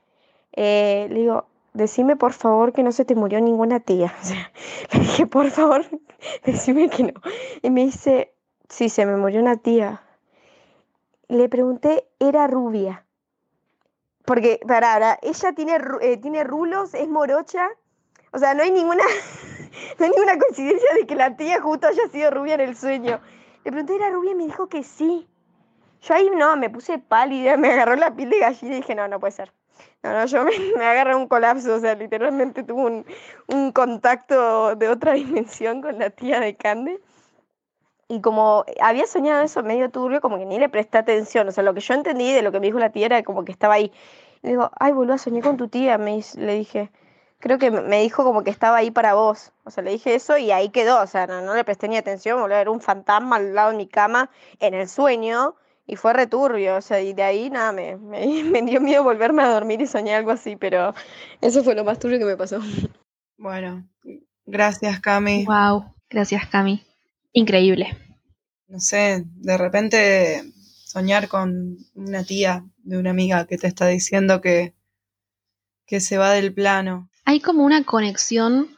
le digo, decime por favor que no se te murió ninguna tía, o sea, le dije, por favor, decime que no, y me dice, sí, se me murió una tía. Le pregunté, era rubia. Porque, ella tiene rulos, es morocha. O sea, no hay ninguna, no hay ninguna coincidencia de que la tía justo haya sido rubia en el sueño. Le pregunté, ¿era rubia? Y me dijo que sí. Yo ahí no, me puse pálida, me agarró la piel de gallina y dije, no puede ser. No, yo me agarré un colapso, o sea, literalmente tuve un contacto de otra dimensión con la tía de Cande. Y como había soñado eso medio turbio, como que ni le presté atención. O sea, lo que yo entendí de lo que me dijo la tía era como que estaba ahí. Le digo, ay, boluda, soñé con tu tía. Le dije, creo que me dijo como que estaba ahí para vos. O sea, le dije eso y ahí quedó. O sea, no le presté ni atención, boludo. Era un fantasma al lado de mi cama en el sueño y fue returbio. O sea, y de ahí nada, me dio miedo volverme a dormir y soñé algo así. Pero eso fue lo más turbio que me pasó. Bueno, gracias, Cami. Wow, gracias, Cami. Increíble. No sé, de repente soñar con una tía de una amiga que te está diciendo que se va del plano. Hay como una conexión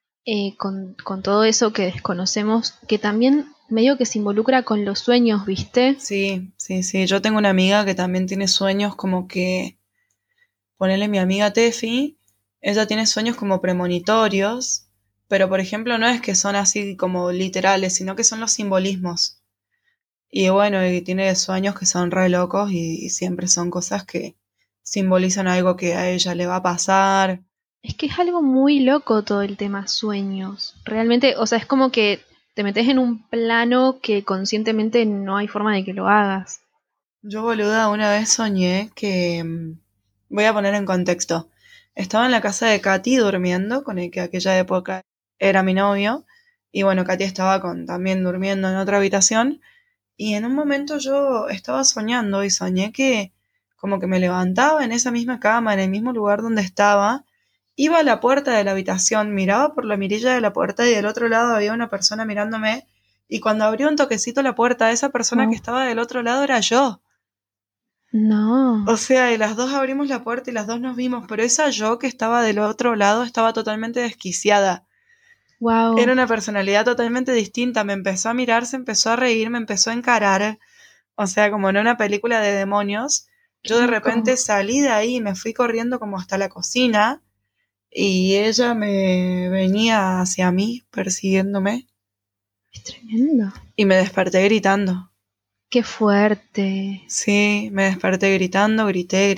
con todo eso que desconocemos, que también medio que se involucra con los sueños, ¿viste? Sí. Yo tengo una amiga que también tiene sueños como que, ponele mi amiga Tefi, ella tiene sueños como premonitorios, pero por ejemplo no es que son así como literales, sino que son los simbolismos. Y bueno, y tiene sueños que son re locos y siempre son cosas que simbolizan algo que a ella le va a pasar. Es que es algo muy loco todo el tema sueños. Realmente, o sea, es como que te metes en un plano que conscientemente no hay forma de que lo hagas. Yo, boluda, una vez soñé que... voy a poner en contexto. Estaba en la casa de Katy durmiendo, con el que aquella época era mi novio. Y bueno, Katy estaba también durmiendo en otra habitación. Y en un momento yo estaba soñando y soñé que como que me levantaba en esa misma cama, en el mismo lugar donde estaba, iba a la puerta de la habitación, miraba por la mirilla de la puerta y del otro lado había una persona mirándome. Y cuando abrió un toquecito la puerta, esa persona que estaba del otro lado era yo. No. O sea, y las dos abrimos la puerta y las dos nos vimos, pero esa yo que estaba del otro lado estaba totalmente desquiciada. Wow. Era una personalidad totalmente distinta. Me empezó a mirar, se empezó a reír, me empezó a encarar. O sea, como en una película de demonios. Yo de repente salí de ahí y me fui corriendo como hasta la cocina. Y ella me venía hacia mí, persiguiéndome. Es tremendo. Y me desperté gritando. Qué fuerte. Sí, me desperté gritando, grité.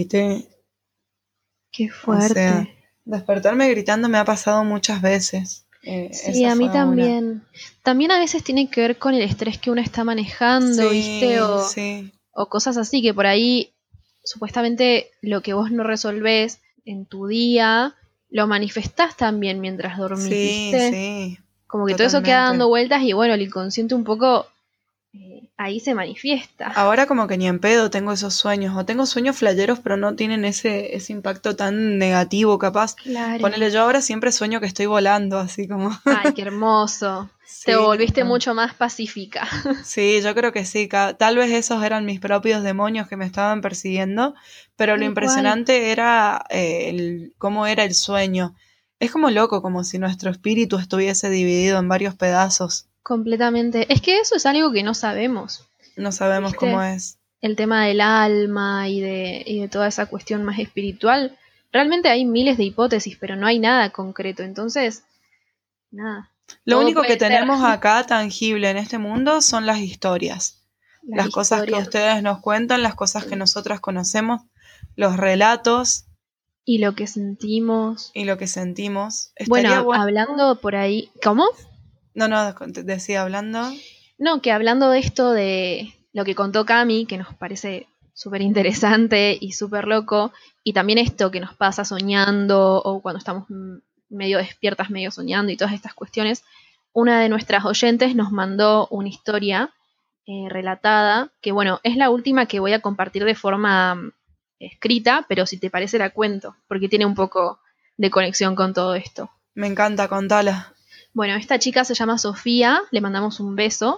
Qué fuerte. O sea, despertarme gritando me ha pasado muchas veces. Sí, esa a mí fue una. también. También a veces tiene que ver con el estrés que uno está manejando, ¿viste? Sí. O cosas así, que por ahí supuestamente lo que vos no resolvés en tu día, lo manifestás también mientras dormís, ¿viste? Sí. Como que todo eso queda dando vueltas y bueno, el inconsciente un poco ahí se manifiesta. Ahora como que ni en pedo tengo esos sueños, o tengo sueños flayeros pero no tienen ese impacto tan negativo capaz. Claro. Ponele, yo ahora siempre sueño que estoy volando, así como... Ay, qué hermoso. Sí, te volviste mucho más pacífica. Sí, yo creo que sí. Tal vez esos eran mis propios demonios que me estaban persiguiendo, pero lo Tal impresionante era cómo era el sueño. Es como loco, como si nuestro espíritu estuviese dividido en varios pedazos. Completamente. Es que eso es algo que no sabemos. No sabemos ¿Viste? cómo es. El tema del alma y de toda esa cuestión más espiritual. Realmente hay miles de hipótesis, pero no hay nada concreto. Entonces, nada. Lo todo único puede que ser. tenemos acá tangible en este mundo son las historias. Las cosas que ustedes nos cuentan, las cosas que nosotras conocemos, los relatos. Y lo que sentimos. Y lo que sentimos. Bueno, hablando por ahí... ¿Cómo? No, decía hablando. No, que hablando de esto de lo que contó Cami, que nos parece súper interesante y súper loco, y también esto que nos pasa soñando o cuando estamos medio despiertas, medio soñando y todas estas cuestiones, una de nuestras oyentes nos mandó una historia relatada, que bueno, es la última que voy a compartir de forma escrita, pero si te parece la cuento, porque tiene un poco de conexión con todo esto. Me encanta, contala. Bueno, esta chica se llama Sofía, le mandamos un beso,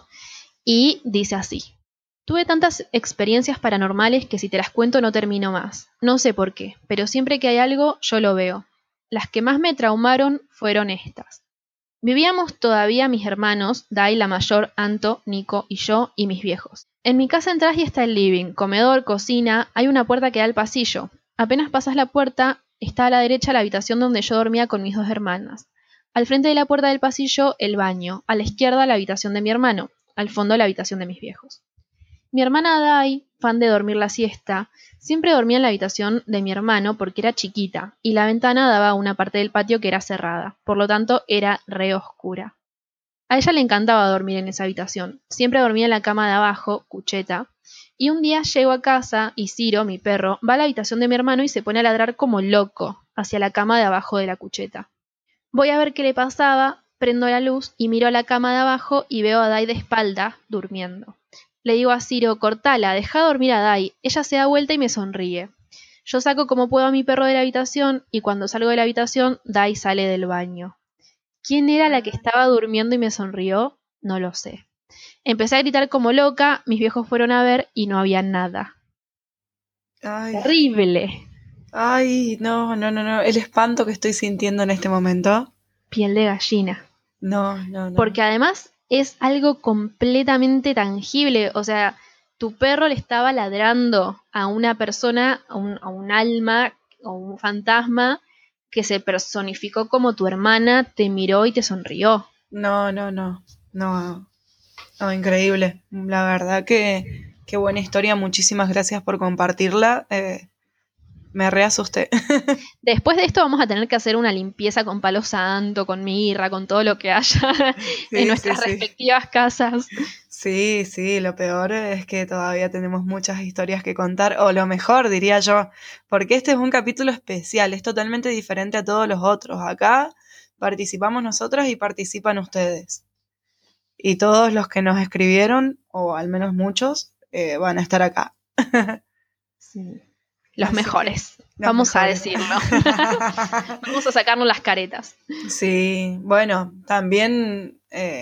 y dice así. Tuve tantas experiencias paranormales que si te las cuento no termino más. No sé por qué, pero siempre que hay algo yo lo veo. Las que más me traumaron fueron estas. Vivíamos todavía mis hermanos, Dai, la mayor, Anto, Nico y yo, y mis viejos. En mi casa entras y está el living, comedor, cocina, hay una puerta que da al pasillo. Apenas pasas la puerta, está a la derecha la habitación donde yo dormía con mis dos hermanas. Al frente de la puerta del pasillo, el baño. A la izquierda, la habitación de mi hermano. Al fondo, la habitación de mis viejos. Mi hermana Dai, fan de dormir la siesta, siempre dormía en la habitación de mi hermano porque era chiquita y la ventana daba a una parte del patio que era cerrada, por lo tanto era re oscura. A ella le encantaba dormir en esa habitación, siempre dormía en la cama de abajo, cucheta, y un día llego a casa y Ciro, mi perro, va a la habitación de mi hermano y se pone a ladrar como loco hacia la cama de abajo de la cucheta. Voy a ver qué le pasaba, prendo la luz y miro a la cama de abajo y veo a Dai de espalda, durmiendo. Le digo a Ciro, cortala, deja dormir a Dai. Ella se da vuelta y me sonríe. Yo saco como puedo a mi perro de la habitación y cuando salgo de la habitación, Dai sale del baño. ¿Quién era la que estaba durmiendo y me sonrió? No lo sé. Empecé a gritar como loca, mis viejos fueron a ver y no había nada. Ay. Terrible. Ay, no. El espanto que estoy sintiendo en este momento. Piel de gallina. No. Porque además es algo completamente tangible. O sea, tu perro le estaba ladrando a una persona, a un alma o un fantasma que se personificó como tu hermana, te miró y te sonrió. No, increíble. La verdad que qué buena historia. Muchísimas gracias por compartirla. Me reasusté. Después de esto vamos a tener que hacer una limpieza con palo santo, con mirra, con todo lo que haya en nuestras respectivas casas. Sí, sí, lo peor es que todavía tenemos muchas historias que contar, o lo mejor diría yo, porque este es un capítulo especial, es totalmente diferente a todos los otros. Acá participamos nosotras y participan ustedes. Y todos los que nos escribieron, o al menos muchos, van a estar acá. Sí. Los Así mejores, que, vamos a decirlo. Vamos a sacarnos las caretas. Sí, bueno, también,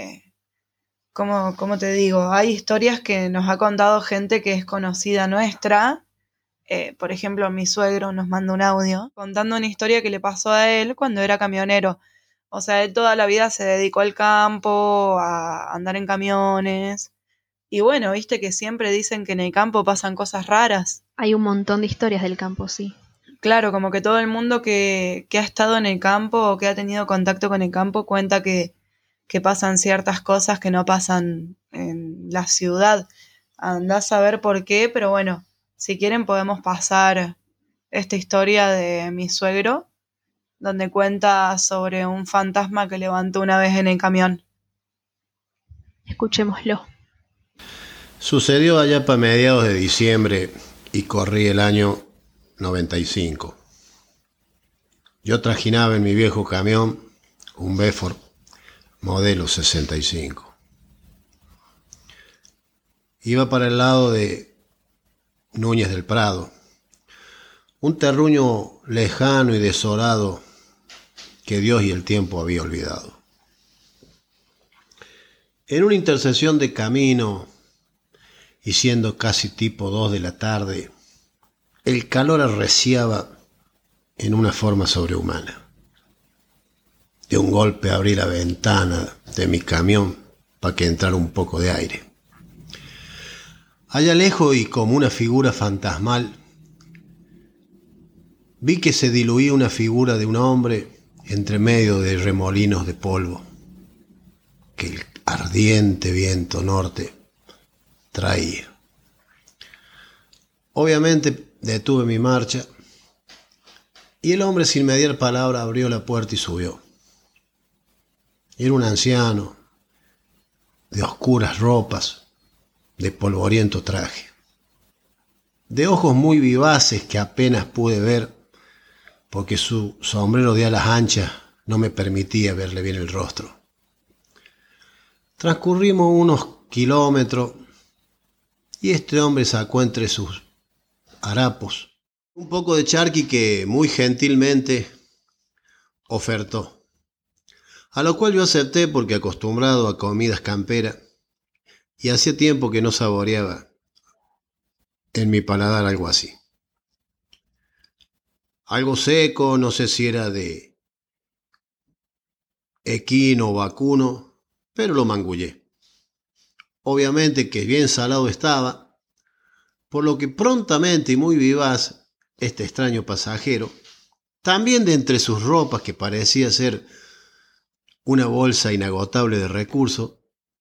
como te digo, hay historias que nos ha contado gente que es conocida nuestra. Por ejemplo, mi suegro nos manda un audio contando una historia que le pasó a él cuando era camionero. O sea, él toda la vida se dedicó al campo, a andar en camiones. Y bueno, viste que siempre dicen que en el campo pasan cosas raras. Hay un montón de historias del campo, sí. Claro, como que todo el mundo que ha estado en el campo o que ha tenido contacto con el campo cuenta que pasan ciertas cosas que no pasan en la ciudad. Andás a ver por qué, pero bueno, si quieren podemos pasar esta historia de mi suegro, donde cuenta sobre un fantasma que levantó una vez en el camión. Escuchémoslo. Sucedió allá para mediados de diciembre y corrí el año 95. Yo trajinaba en mi viejo camión un Bedford modelo 65. Iba para el lado de Núñez del Prado, un terruño lejano y desolado que Dios y el tiempo había olvidado. En una intersección de camino, y siendo casi tipo 2 de la tarde, el calor arreciaba en una forma sobrehumana. De un golpe abrí la ventana de mi camión para que entrara un poco de aire. Allá lejos y como una figura fantasmal, vi que se diluía una figura de un hombre entre medio de remolinos de polvo que el ardiente viento norte traía. Obviamente detuve mi marcha y el hombre sin mediar palabra abrió la puerta y subió. Era un anciano de oscuras ropas, de polvoriento traje, de ojos muy vivaces que apenas pude ver porque su sombrero de alas anchas no me permitía verle bien el rostro. Transcurrimos unos kilómetros y este hombre sacó entre sus harapos un poco de charqui que muy gentilmente ofertó, a lo cual yo acepté porque acostumbrado a comidas camperas y hacía tiempo que no saboreaba en mi paladar algo así. Algo seco, no sé si era de equino o vacuno, pero lo mangullé. Obviamente que bien salado estaba, por lo que prontamente y muy vivaz, este extraño pasajero, también de entre sus ropas que parecía ser una bolsa inagotable de recursos,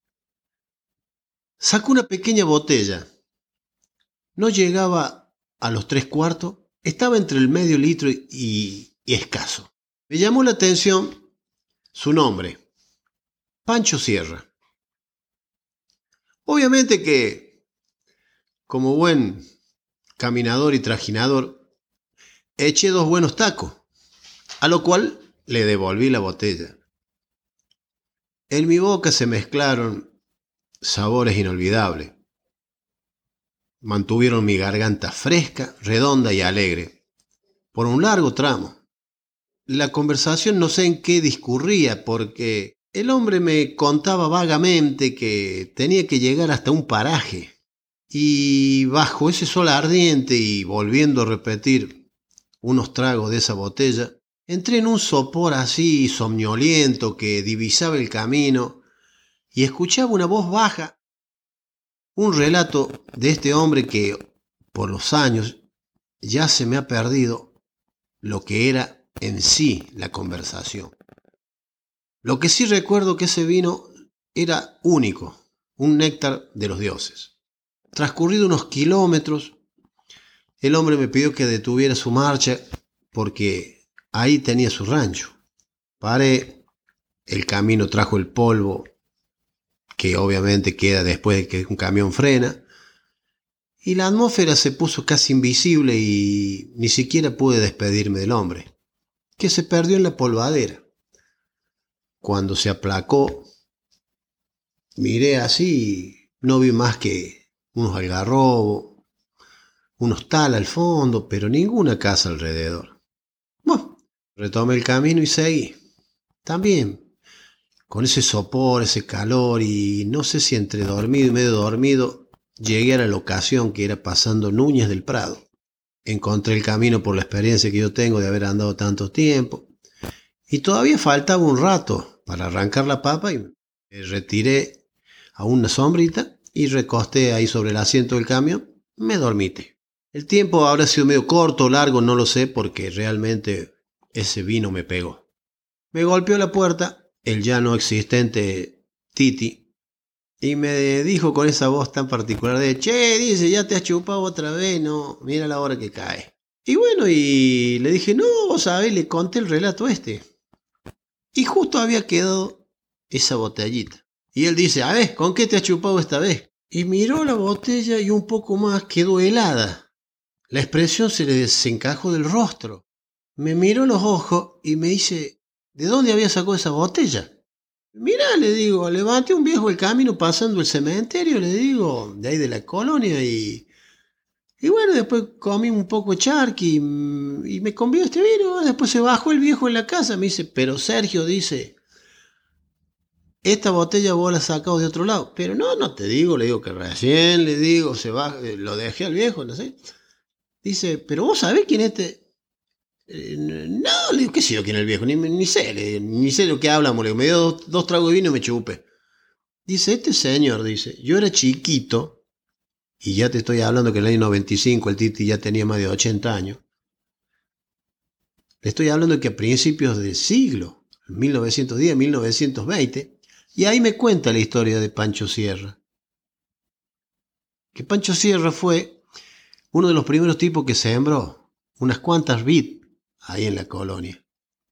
sacó una pequeña botella. No llegaba a los 3/4, estaba entre el medio litro y escaso. Me llamó la atención su nombre, Pancho Sierra. Obviamente que, como buen caminador y trajinador, eché 2 buenos tacos, a lo cual le devolví la botella. En mi boca se mezclaron sabores inolvidables. Mantuvieron mi garganta fresca, redonda y alegre, por un largo tramo. La conversación no sé en qué discurría, porque el hombre me contaba vagamente que tenía que llegar hasta un paraje, y bajo ese sol ardiente y volviendo a repetir unos tragos de esa botella, entré en un sopor así somnoliento que divisaba el camino y escuchaba una voz baja, un relato de este hombre que, por los años, ya se me ha perdido lo que era en sí la conversación. Lo que sí recuerdo que ese vino era único, un néctar de los dioses. Transcurrido unos kilómetros, el hombre me pidió que detuviera su marcha porque ahí tenía su rancho. Paré, el camino trajo el polvo, que obviamente queda después de que un camión frena, y la atmósfera se puso casi invisible y ni siquiera pude despedirme del hombre, que se perdió en la polvadera. Cuando se aplacó, miré así y no vi más que unos algarrobos, unos tal al fondo, pero ninguna casa alrededor. Bueno, retomé el camino y seguí. También, con ese sopor, ese calor y no sé si entre dormido y medio dormido, llegué a la locación que era pasando Núñez del Prado. Encontré el camino por la experiencia que yo tengo de haber andado tanto tiempo. Y todavía faltaba un rato para arrancar la papa y me retiré a una sombrita y recosté ahí sobre el asiento del camión. Me dormité. El tiempo habrá sido medio corto o largo, no lo sé, porque realmente ese vino me pegó. Me golpeó la puerta el ya no existente Titi y me dijo con esa voz tan particular de: che, dice, ya te has chupado otra vez, no, mira la hora que cae. Y bueno, y le dije: no, vos sabés, le conté el relato este. Y justo había quedado esa botellita. Y él dice: a ver, ¿con qué te has chupado esta vez? Y miró la botella y un poco más quedó helada. La expresión se le desencajó del rostro. Me miró los ojos y me dice: ¿de dónde había sacado esa botella? Mirá, le digo, levanté un viejo el camino pasando el cementerio, le digo, de ahí de la colonia y bueno, después comí un poco charqui y me convió este vino. Después se bajó el viejo en la casa, me dice: pero Sergio, dice, esta botella vos la has sacado de otro lado. Pero no te digo, le digo que recién, le digo, se va, lo dejé al viejo, no sé. Dice: pero vos sabés quién es este. No, le digo, ¿qué sé yo quién es el viejo? Ni sé, ni sé lo que hablamos. Le digo, me dio dos tragos de vino y me chupé. Dice: este señor, dice, yo era chiquito, y ya te estoy hablando que en el año 95 el Titi ya tenía más de 80 años. Le estoy hablando que a principios del siglo, 1910, 1920, y ahí me cuenta la historia de Pancho Sierra. Que Pancho Sierra fue uno de los primeros tipos que sembró unas cuantas vid ahí en la colonia.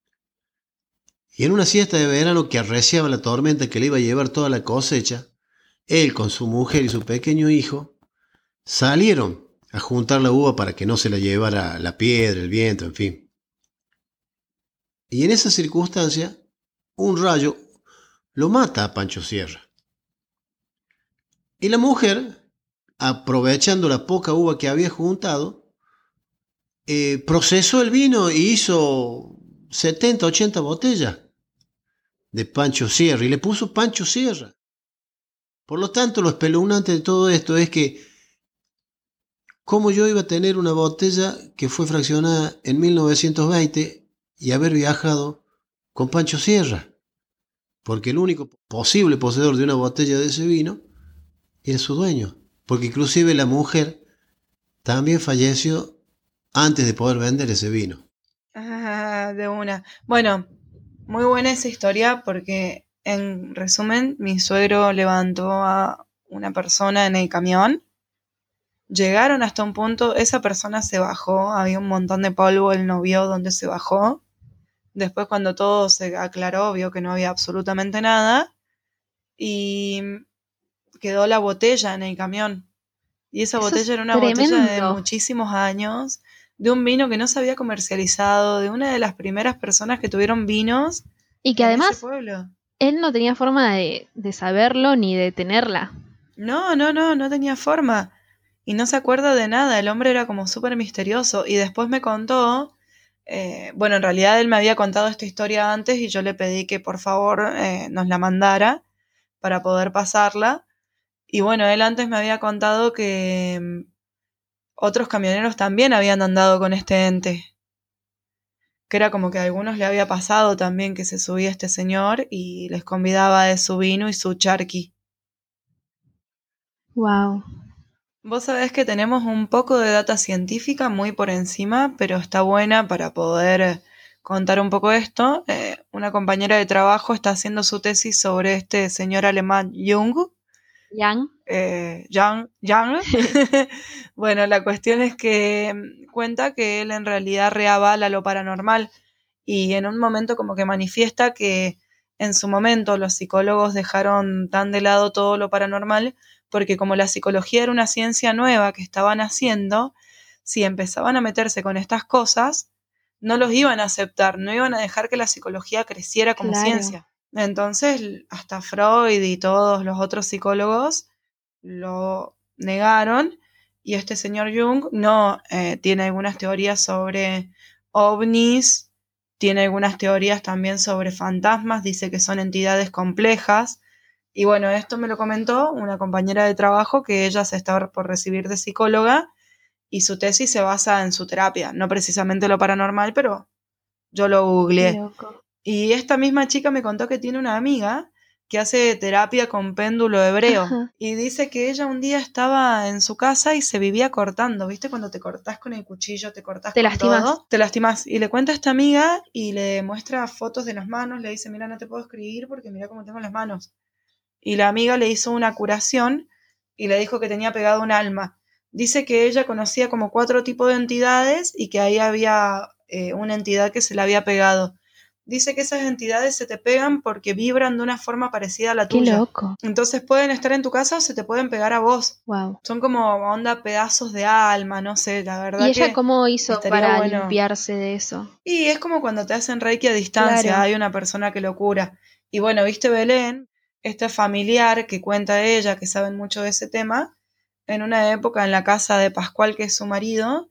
Y en una siesta de verano que arreciaba la tormenta que le iba a llevar toda la cosecha, él con su mujer y su pequeño hijo salieron a juntar la uva para que no se la llevara la piedra, el viento, en fin. Y en esa circunstancia, un rayo lo mata a Pancho Sierra. Y la mujer, aprovechando la poca uva que había juntado, procesó el vino y hizo 70, 80 botellas de Pancho Sierra y le puso Pancho Sierra. Por lo tanto, lo espeluznante de todo esto es que cómo yo iba a tener una botella que fue fraccionada en 1920 y haber viajado con Pancho Sierra, porque el único posible poseedor de una botella de ese vino era su dueño, porque inclusive la mujer también falleció antes de poder vender ese vino. Ah, de una. Bueno, muy buena esa historia porque, en resumen, mi suegro levantó a una persona en el camión. Llegaron hasta un punto, esa persona se bajó, había un montón de polvo, él no vio dónde se bajó. Después, cuando todo se aclaró, vio que no había absolutamente nada y quedó la botella en el camión. Y esa Eso botella es era una botella de tremendo. muchísimos años, de un vino que no se había comercializado, de una de las primeras personas que tuvieron vinos Y que en ese además pueblo. él no tenía forma de saberlo ni de tenerla. No tenía forma. Y no se acuerda de nada, el hombre era como súper misterioso. Y después me contó, bueno, en realidad él me había contado esta historia antes y yo le pedí que por favor nos la mandara para poder pasarla. Y bueno, él antes me había contado que otros camioneros también habían andado con este ente. Que era como que a algunos le había pasado también que se subía este señor y les convidaba de su vino y su charqui. Wow. Vos sabés que tenemos un poco de data científica muy por encima, pero está buena para poder contar un poco esto. Una compañera de trabajo está haciendo su tesis sobre este señor alemán Jung, Yang. Yang. Bueno, la cuestión es que cuenta que él en realidad reavala lo paranormal y en un momento como que manifiesta que en su momento los psicólogos dejaron tan de lado todo lo paranormal porque como la psicología era una ciencia nueva que estaban haciendo, si empezaban a meterse con estas cosas, no los iban a aceptar, no iban a dejar que la psicología creciera como Claro. ciencia. Entonces, hasta Freud y todos los otros psicólogos lo negaron y este señor Jung no tiene algunas teorías sobre ovnis, tiene algunas teorías también sobre fantasmas, dice que son entidades complejas. Y bueno, esto me lo comentó una compañera de trabajo que ella se estaba por recibir de psicóloga y su tesis se basa en su terapia, no precisamente lo paranormal, pero yo lo Qué googleé. loco. Y esta misma chica me contó que tiene una amiga que hace terapia con péndulo hebreo. Ajá. Y dice que ella un día estaba en su casa y se vivía cortando. ¿Viste? Cuando te cortás con el cuchillo, te cortás Te con lastimás. todo. Te lastimás. Y le cuenta a esta amiga y le muestra fotos de las manos. Le dice, mira, no te puedo escribir porque mira cómo tengo las manos. Y la amiga le hizo una curación y le dijo que tenía pegado un alma. Dice que ella conocía como 4 tipos de entidades y que ahí había una entidad que se le había pegado. Dice que esas entidades se te pegan porque vibran de una forma parecida a la Qué tuya. loco. Entonces pueden estar en tu casa o se te pueden pegar a vos. Wow. Son como onda pedazos de alma, no sé, la verdad ¿Y ella que cómo hizo estaría para bueno. limpiarse de eso? Y es como cuando te hacen reiki a distancia, Claro. hay una persona que lo cura. Y bueno, viste Belén, este familiar que cuenta ella, que saben mucho de ese tema, en una época en la casa de Pascual, que es su marido,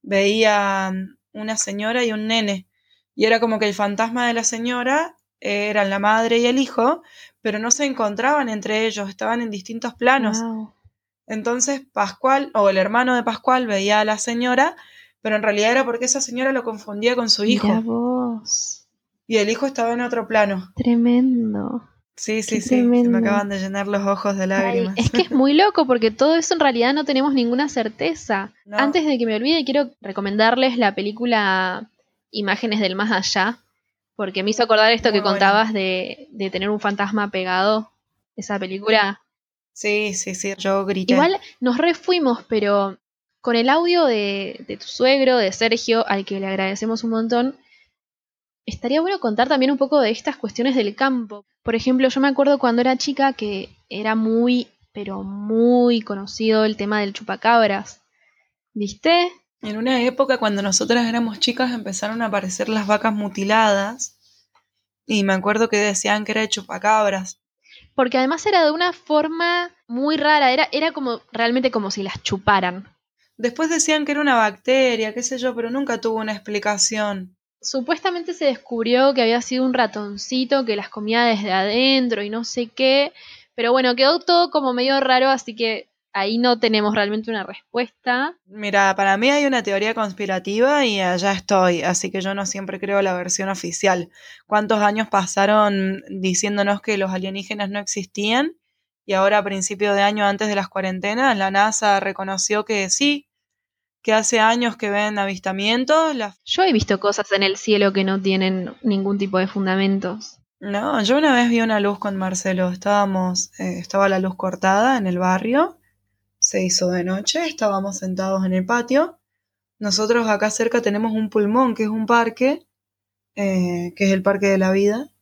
veía una señora y un nene. Y era como que el fantasma de la señora eran la madre y el hijo, pero no se encontraban entre ellos, estaban en distintos planos. Wow. Entonces Pascual, o el hermano de Pascual, veía a la señora, pero en realidad era porque esa señora lo confundía con su hijo. Mirá vos. Y el hijo estaba en otro plano. Tremendo. Sí, Qué se me tremendo. acaban de llenar los ojos de Ay, lágrimas. es que es muy loco porque todo eso en realidad no tenemos ninguna certeza. No. Antes de que me olvide, quiero recomendarles la película Imágenes del Más Allá, porque me hizo acordar esto Muy que buena. contabas de tener un fantasma pegado. Esa película. Sí, yo grité. Igual nos refuimos, pero con el audio de tu suegro, de Sergio, al que le agradecemos un montón, estaría bueno contar también un poco de estas cuestiones del campo. Por ejemplo, yo me acuerdo cuando era chica que era muy, pero muy conocido el tema del chupacabras. ¿Viste? En una época cuando nosotras éramos chicas empezaron a aparecer las vacas mutiladas y me acuerdo que decían que era de chupacabras. Porque además era de una forma muy rara, era como realmente como si las chuparan. Después decían que era una bacteria, qué sé yo, pero nunca tuvo una explicación. Supuestamente se descubrió que había sido un ratoncito que las comía desde adentro y no sé qué, pero bueno, quedó todo como medio raro, así que ahí no tenemos realmente una respuesta. Mira, para mí hay una teoría conspirativa y allá estoy, así que yo no siempre creo la versión oficial. ¿Cuántos años pasaron diciéndonos que los alienígenas no existían? Y ahora a principio de año, antes de las cuarentenas, la NASA reconoció que sí, que hace años que ven avistamientos. Yo he visto cosas en el cielo que no tienen ningún tipo de fundamentos. No, yo una vez vi una luz con Marcelo, estaba la luz cortada en el barrio, se hizo de noche, estábamos sentados en el patio. Nosotros acá cerca tenemos un pulmón, que es un parque, que es el Parque de la Vida,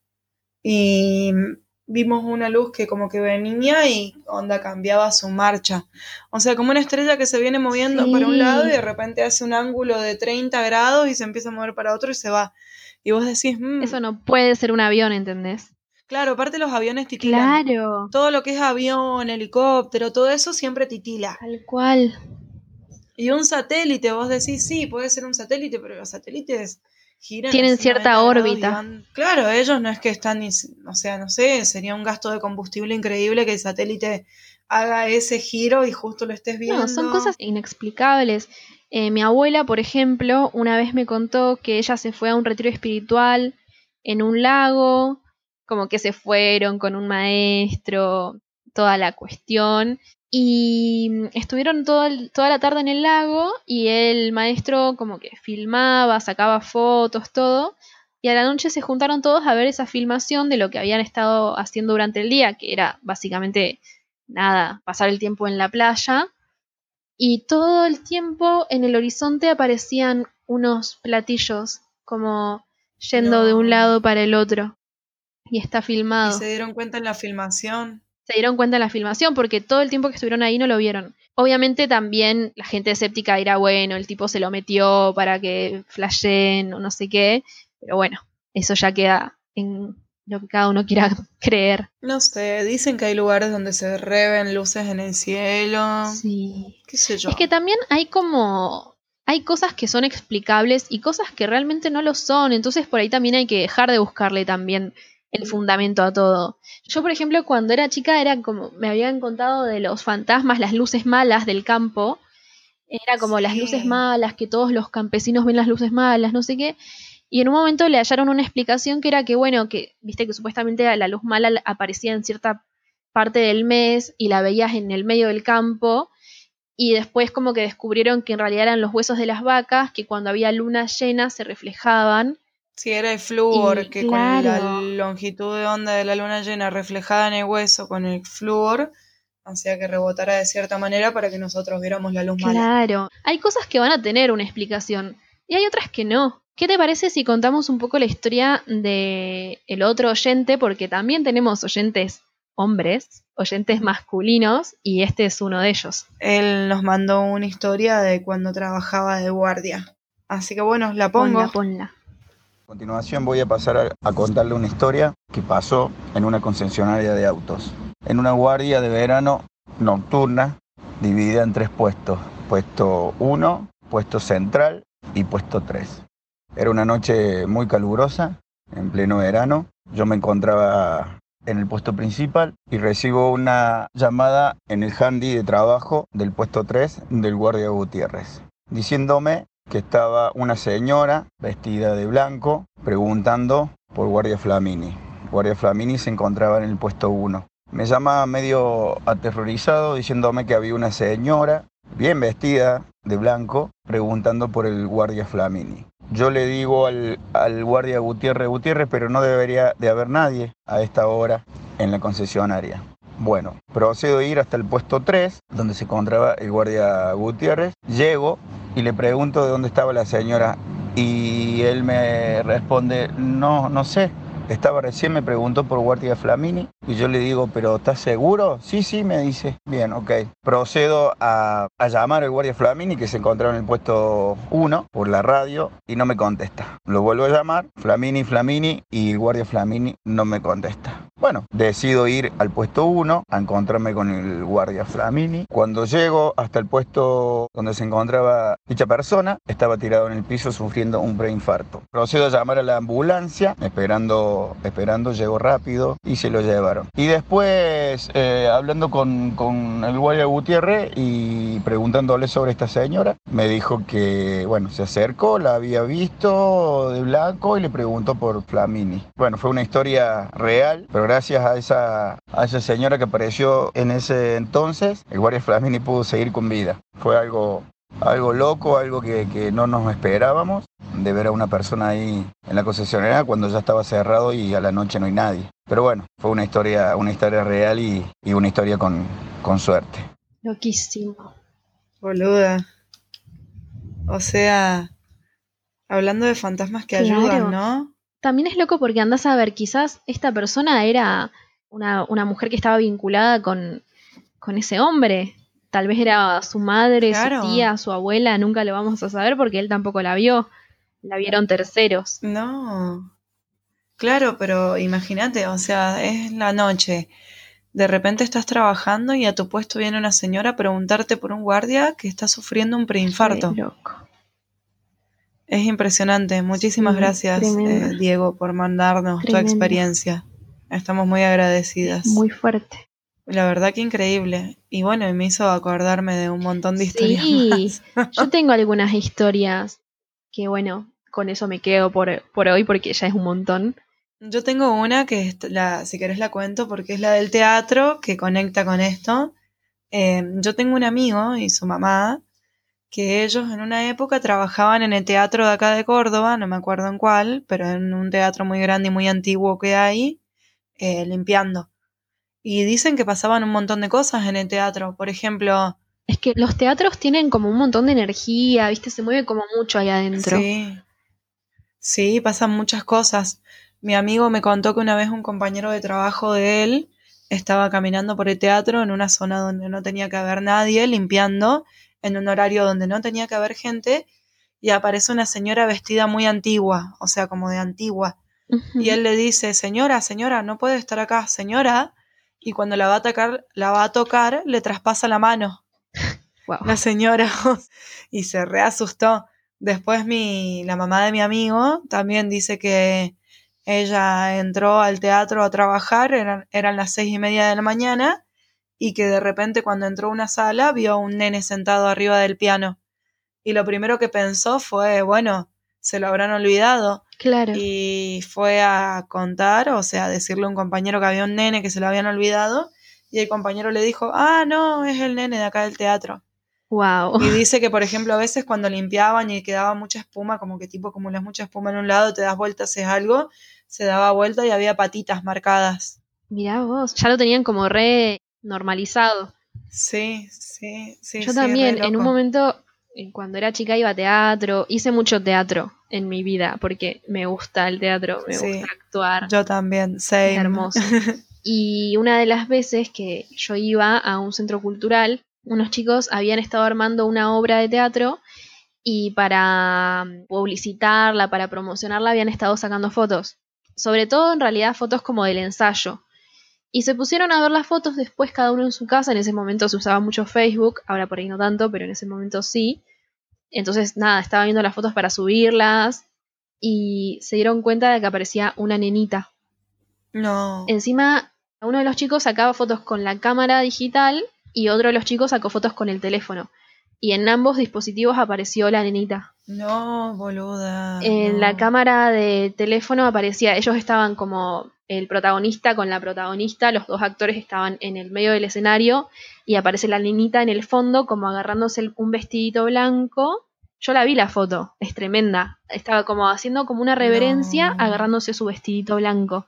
y vimos una luz que como que venía y onda cambiaba su marcha. O sea, como una estrella que se viene moviendo Sí. para un lado y de repente hace un ángulo de 30 grados y se empieza a mover para otro y se va. Y vos decís, Eso no puede ser un avión, ¿entendés? Claro, aparte los aviones titilan. Claro. Todo lo que es avión, helicóptero, todo eso siempre titila. Tal cual. Y un satélite, vos decís, sí, puede ser un satélite, pero los satélites giran. Tienen así cierta 90 grados órbita. y van- Claro, ellos no es que están, o sea, no sé, sería un gasto de combustible increíble que el satélite haga ese giro y justo lo estés viendo. No, son cosas inexplicables. Mi abuela, por ejemplo, una vez me contó que ella se fue a un retiro espiritual en un lago, como que se fueron con un maestro, toda la cuestión, y estuvieron toda la tarde en el lago y el maestro como que filmaba, sacaba fotos, todo, y a la noche se juntaron todos a ver esa filmación de lo que habían estado haciendo durante el día, que era básicamente nada, pasar el tiempo en la playa. Y todo el tiempo en el horizonte aparecían unos platillos como yendo de un No. lado para el otro. Y está ¿Y filmado. se dieron cuenta en la filmación? Se dieron cuenta en la filmación porque todo el tiempo que estuvieron ahí no lo vieron. Obviamente también la gente escéptica dirá, bueno, el tipo se lo metió para que flasheen o no sé qué. Pero bueno, eso ya queda en lo que cada uno quiera creer. No sé, dicen que hay lugares donde se reven luces en el cielo. Sí. ¿Qué sé yo? Es que también hay cosas que son explicables y cosas que realmente no lo son. Entonces por ahí también hay que dejar de buscarle también el fundamento a todo. Yo, por ejemplo, cuando era chica era como, me habían contado de los fantasmas, las luces malas del campo. Era como las luces Sí. malas, que todos los campesinos ven las luces malas, no sé qué. Y en un momento le hallaron una explicación que era que, bueno, que viste que supuestamente la luz mala aparecía en cierta parte del mes y la veías en el medio del campo. Y después como que descubrieron que en realidad eran los huesos de las vacas, que cuando había luna llena se reflejaban. Sí, era el flúor, Y que con la claro, longitud de onda de la luna llena reflejada en el hueso con el flúor, hacía que rebotara de cierta manera para que nosotros viéramos la luz mala. claro. Hay cosas que van a tener una explicación y hay otras que no. ¿Qué te parece si contamos un poco la historia de el otro oyente? Porque también tenemos oyentes hombres, oyentes masculinos, y este es uno de ellos. Él nos mandó una historia de cuando trabajaba de guardia. Así que bueno, la pongo. Ponla. A continuación voy a pasar a contarle una historia que pasó en una concesionaria de autos. En una guardia de verano nocturna dividida en 3 puestos. Puesto 1, puesto central y puesto 3. Era una noche muy calurosa, en pleno verano. Yo me encontraba en el puesto principal y recibo una llamada en el handy de trabajo del puesto 3 del guardia Gutiérrez, diciéndome que estaba una señora vestida de blanco preguntando por Guardia Flamini. Guardia Flamini se encontraba en el puesto 1. Me llama medio aterrorizado diciéndome que había una señora bien vestida de blanco preguntando por el Guardia Flamini. Yo le digo al Guardia Gutiérrez, pero no debería de haber nadie a esta hora en la concesionaria. Bueno, procedo a ir hasta el puesto 3, donde se encontraba el Guardia Gutiérrez. Llego y le pregunto de dónde estaba la señora y él me responde, no sé, recién me preguntó por Guardia Flamini y yo le digo, ¿pero estás seguro? Sí, me dice. Bien, ok. Procedo a llamar al Guardia Flamini que se encontraba en el puesto 1 por la radio y no me contesta. Lo vuelvo a llamar, Flamini y el Guardia Flamini no me contesta. Bueno, decido ir al puesto 1 a encontrarme con el Guardia Flamini. Cuando llego hasta el puesto donde se encontraba dicha persona, estaba tirado en el piso sufriendo un preinfarto. Procedo a llamar a la ambulancia, esperando, llegó rápido y se lo llevaron. Y después, hablando con el Guardia Gutiérrez y preguntándole sobre esta señora, me dijo que, bueno, se acercó, la había visto de blanco y le preguntó por Flamini. Bueno, fue una historia real, pero gracias a esa señora que apareció en ese entonces, el Guardia Flamini pudo seguir con vida. Fue algo loco, algo que no nos esperábamos, de ver a una persona ahí en la concesionaria cuando ya estaba cerrado y a la noche no hay nadie. Pero bueno, fue una historia real y una historia con suerte. Loquísimo. Boluda. O sea, hablando de fantasmas que Claro. ayudan, ¿no? También es loco porque andás a ver, quizás esta persona era una mujer que estaba vinculada con ese hombre. Tal vez era su madre, Claro. su tía, su abuela, nunca lo vamos a saber porque él tampoco la vio. La vieron terceros. No. Claro, pero imagínate, o sea, es la noche. De repente estás trabajando y a tu puesto viene una señora a preguntarte por un guardia que está sufriendo un preinfarto. Re loco. Es impresionante. Muchísimas Sí, gracias, tremendo. Diego, por mandarnos tu Tremendo. experiencia. Estamos muy agradecidas. Muy fuerte. La verdad que increíble. Y bueno, me hizo acordarme de un montón de historias Sí, más. yo tengo algunas historias que bueno, con eso me quedo por hoy porque ya es un montón. Yo tengo una que si querés la cuento porque es la del teatro que conecta con esto. Yo tengo un amigo y su mamá que ellos en una época trabajaban en el teatro de acá de Córdoba, no me acuerdo en cuál, pero en un teatro muy grande y muy antiguo que hay, limpiando. Y dicen que pasaban un montón de cosas en el teatro. Por ejemplo, Es que los teatros tienen como un montón de energía, ¿viste? Se mueve como mucho ahí adentro. sí, pasan muchas cosas. Mi amigo me contó que una vez un compañero de trabajo de él estaba caminando por el teatro en una zona donde no tenía que haber nadie, limpiando, en un horario donde no tenía que haber gente, y aparece una señora vestida muy antigua, o sea, como de antigua. Ujú. Y él le dice, señora, no puede estar acá, señora. Y cuando la va a tocar, le traspasa la mano Wow. la señora y se reasustó. Después la mamá de mi amigo también dice que ella entró al teatro a trabajar, eran las 6:30 de la mañana, y que de repente cuando entró a una sala vio a un nene sentado arriba del piano. Y lo primero que pensó fue, bueno, se lo habrán olvidado. Claro. Y fue a contar, o sea, a decirle a un compañero que había un nene que se lo habían olvidado, y el compañero le dijo, no, es el nene de acá del teatro. Wow. Y dice que, por ejemplo, a veces cuando limpiaban y quedaba mucha espuma, como que tipo acumulas mucha espuma en un lado, te das vuelta, haces algo, se daba vuelta y había patitas marcadas. Mirá vos, ya lo tenían como re normalizado. Sí, Yo re también, en un loco. momento, cuando era chica iba a teatro, hice mucho teatro en mi vida, porque me gusta el teatro, me Sí, gusta actuar, yo también, es same. hermoso. Y una de las veces que yo iba a un centro cultural, unos chicos habían estado armando una obra de teatro y para publicitarla, para promocionarla, habían estado sacando fotos. Sobre todo, en realidad, fotos como del ensayo. Y se pusieron a ver las fotos después cada uno en su casa. En ese momento se usaba mucho Facebook, ahora por ahí no tanto, pero en ese momento sí. Entonces, nada, estaba viendo las fotos para subirlas y se dieron cuenta de que aparecía una nenita. No, Encima, uno de los chicos sacaba fotos con la cámara digital y otro de los chicos sacó fotos con el teléfono. Y en ambos dispositivos apareció la nenita. no, boluda. En la No. cámara de teléfono aparecía, ellos estaban como el protagonista con la protagonista, los dos actores estaban en el medio del escenario y aparece la nenita en el fondo como agarrándose un vestidito blanco. Yo la vi la foto, es tremenda. Estaba como haciendo como una reverencia No. agarrándose su vestidito blanco.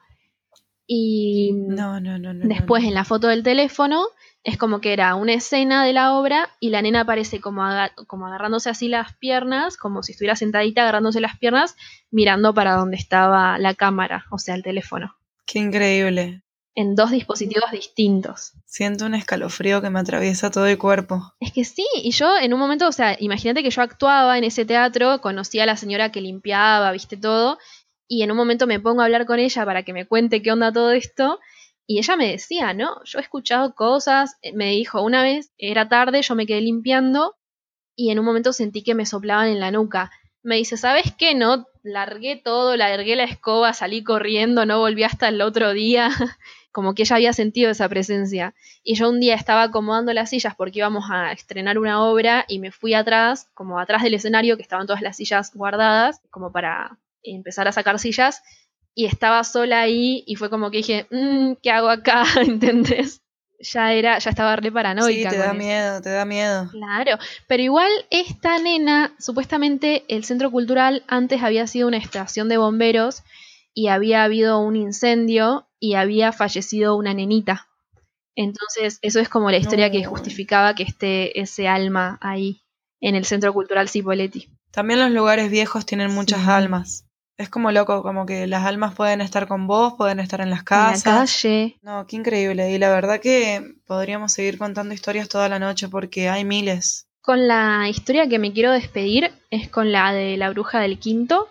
Y No. después en la foto del teléfono es como que era una escena de la obra y la nena aparece como agarrándose así las piernas, como si estuviera sentadita agarrándose las piernas, mirando para donde estaba la cámara, o sea, el teléfono, Qué increíble. en dos dispositivos distintos. Siento un escalofrío que me atraviesa todo el cuerpo. Es que sí, y yo en un momento, o sea, imagínate que yo actuaba en ese teatro, conocí a la señora que limpiaba, viste todo, y en un momento me pongo a hablar con ella para que me cuente qué onda todo esto, y ella me decía, ¿no? Yo he escuchado cosas, me dijo, una vez, era tarde, yo me quedé limpiando, y en un momento sentí que me soplaban en la nuca. Me dice, ¿sabes qué? No, largué todo, largué la escoba, salí corriendo, no volví hasta el otro día. Como que ella había sentido esa presencia. Y yo un día estaba acomodando las sillas porque íbamos a estrenar una obra y me fui atrás, como atrás del escenario, que estaban todas las sillas guardadas, como para empezar a sacar sillas, y estaba sola ahí y fue como que dije, ¿qué hago acá? ¿Entendés? Ya estaba re paranoica. Sí, te da miedo, te da miedo. Claro, pero igual esta nena, supuestamente el centro cultural antes había sido una estación de bomberos y había habido un incendio y había fallecido una nenita. Entonces, eso es como la historia que No. justificaba que esté ese alma ahí, en el centro cultural Cipolletti. También los lugares viejos tienen muchas Sí. almas. Es como loco, como que las almas pueden estar con vos, pueden estar en las En la casas. calle. No, qué increíble. Y la verdad que podríamos seguir contando historias toda la noche porque hay miles. Con la historia que me quiero despedir es con la de la bruja del quinto.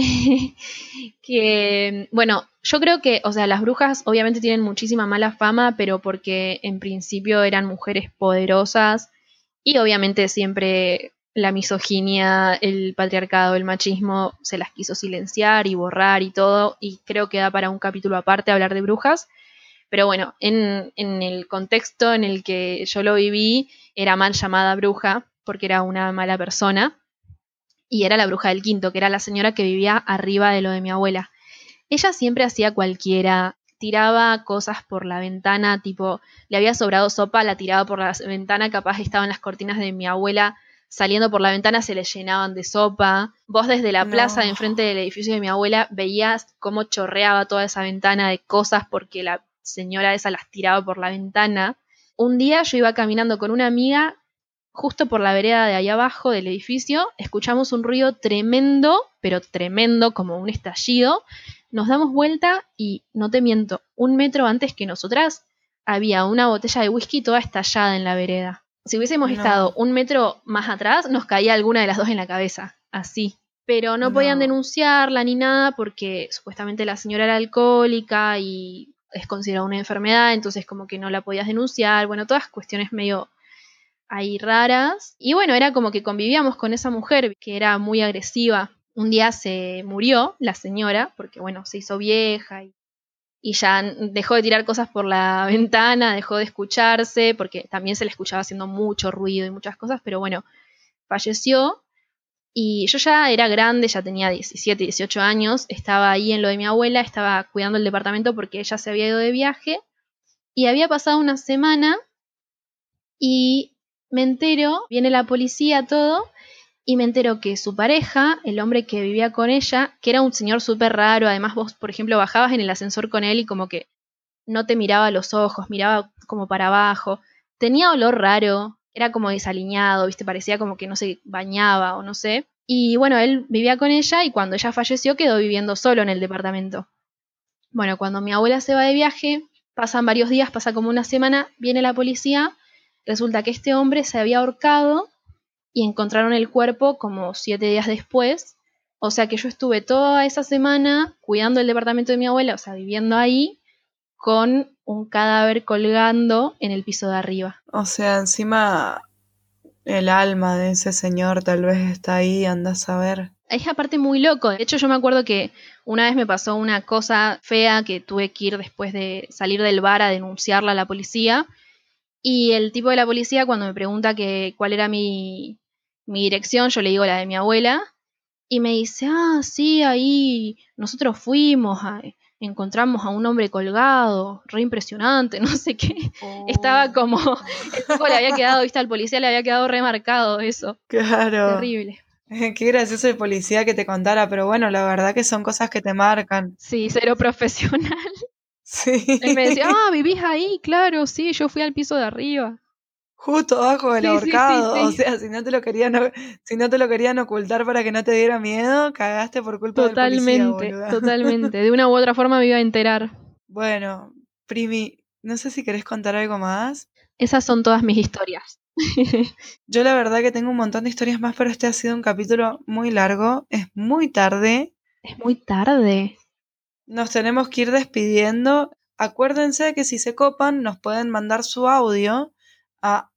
Que, bueno, yo creo que, o sea, las brujas obviamente tienen muchísima mala fama, pero porque en principio eran mujeres poderosas y obviamente siempre la misoginia, el patriarcado, el machismo se las quiso silenciar y borrar y todo, y creo que da para un capítulo aparte hablar de brujas. Pero bueno, en el contexto en el que yo lo viví, era mal llamada bruja porque era una mala persona y era la bruja del quinto, que era la señora que vivía arriba de lo de mi abuela. Ella siempre hacía cualquiera, tiraba cosas por la ventana, tipo, le había sobrado sopa, la tiraba por la ventana, capaz estaban las cortinas de mi abuela saliendo por la ventana, se le llenaban de sopa. Vos desde la plaza de enfrente del edificio de mi abuela veías cómo chorreaba toda esa ventana de cosas porque señora esa las tiraba por la ventana. Un día yo iba caminando con una amiga justo por la vereda de ahí abajo del edificio, escuchamos un ruido tremendo, pero tremendo, como un estallido. Nos damos vuelta y, no te miento, 1 metro antes que nosotras había una botella de whisky toda estallada en la vereda. Si hubiésemos estado 1 metro más atrás, nos caía alguna de las dos en la cabeza, así. Pero no podían denunciarla ni nada porque supuestamente la señora era alcohólica y es considerada una enfermedad, entonces como que no la podías denunciar. Bueno, todas cuestiones medio ahí raras. Y bueno, era como que convivíamos con esa mujer que era muy agresiva. Un día se murió la señora porque, bueno, se hizo vieja y ya dejó de tirar cosas por la ventana, dejó de escucharse porque también se le escuchaba haciendo mucho ruido y muchas cosas, pero bueno, falleció. Y yo ya era grande, ya tenía 17, 18 años, estaba ahí en lo de mi abuela, estaba cuidando el departamento porque ella se había ido de viaje y había pasado una semana y me entero, viene la policía, todo, y me entero que su pareja, el hombre que vivía con ella, que era un señor súper raro, además vos, por ejemplo, bajabas en el ascensor con él y como que no te miraba a los ojos, miraba como para abajo, tenía olor raro, era como desaliñado, ¿viste? Parecía como que no se bañaba o no sé. Y bueno, él vivía con ella y cuando ella falleció quedó viviendo solo en el departamento. Bueno, cuando mi abuela se va de viaje, pasan varios días, pasa como una semana, viene la policía, resulta que este hombre se había ahorcado y encontraron el cuerpo como 7 días después. O sea que yo estuve toda esa semana cuidando el departamento de mi abuela, o sea, viviendo ahí, con un cadáver colgando en el piso de arriba. O sea, encima el alma de ese señor tal vez está ahí, anda a saber. Es aparte muy loco. De hecho, yo me acuerdo que una vez me pasó una cosa fea que tuve que ir después de salir del bar a denunciarla a la policía. Y el tipo de la policía, cuando me pregunta que cuál era mi dirección, yo le digo la de mi abuela. Y me dice, sí, ahí nosotros fuimos, encontramos a un hombre colgado, re impresionante, no sé qué. Estaba como, el tipo le había quedado, viste, al policía le había quedado remarcado eso. Claro. Terrible. Qué gracioso el policía que te contara, pero bueno, la verdad que son cosas que te marcan. Sí, cero profesional. Sí. Él me decía, vivís ahí, claro, sí, yo fui al piso de arriba. Justo abajo del Sí, ahorcado. sí. O sea, si no te lo querían ocultar para que no te diera miedo, cagaste por culpa del policía, boluda. Totalmente. De una u otra forma me iba a enterar. Bueno, Primi, no sé si querés contar algo más. Esas son todas mis historias. Yo la verdad que tengo un montón de historias más, pero este ha sido un capítulo muy largo. Es muy tarde. Es muy tarde. Nos tenemos que ir despidiendo. Acuérdense que si se copan, nos pueden mandar su audio a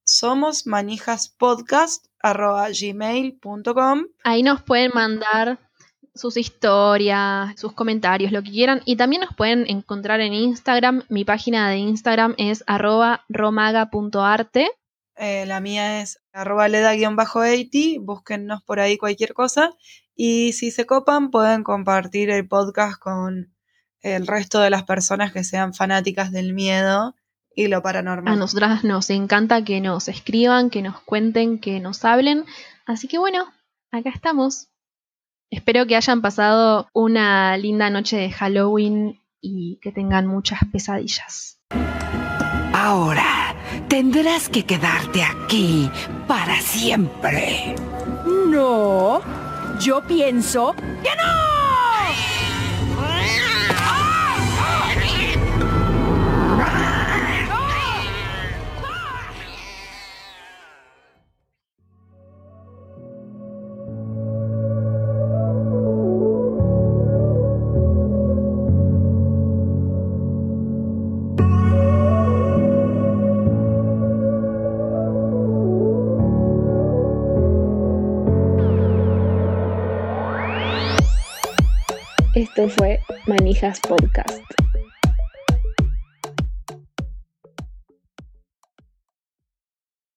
somosmanijaspodcast@gmail.com. Ahí nos pueden mandar sus historias, sus comentarios, lo que quieran. Y también nos pueden encontrar en Instagram. Mi página de Instagram es @romaga.arte. La mía es @leda_80. Búsquennos por ahí cualquier cosa. Y si se copan, pueden compartir el podcast con el resto de las personas que sean fanáticas del miedo y lo paranormal. A nosotras nos encanta que nos escriban, que nos cuenten, que nos hablen. Así que bueno, acá estamos. Espero que hayan pasado una linda noche de Halloween y que tengan muchas pesadillas. Ahora tendrás que quedarte aquí para siempre. No, yo pienso que no. Esto fue Manijas Podcast.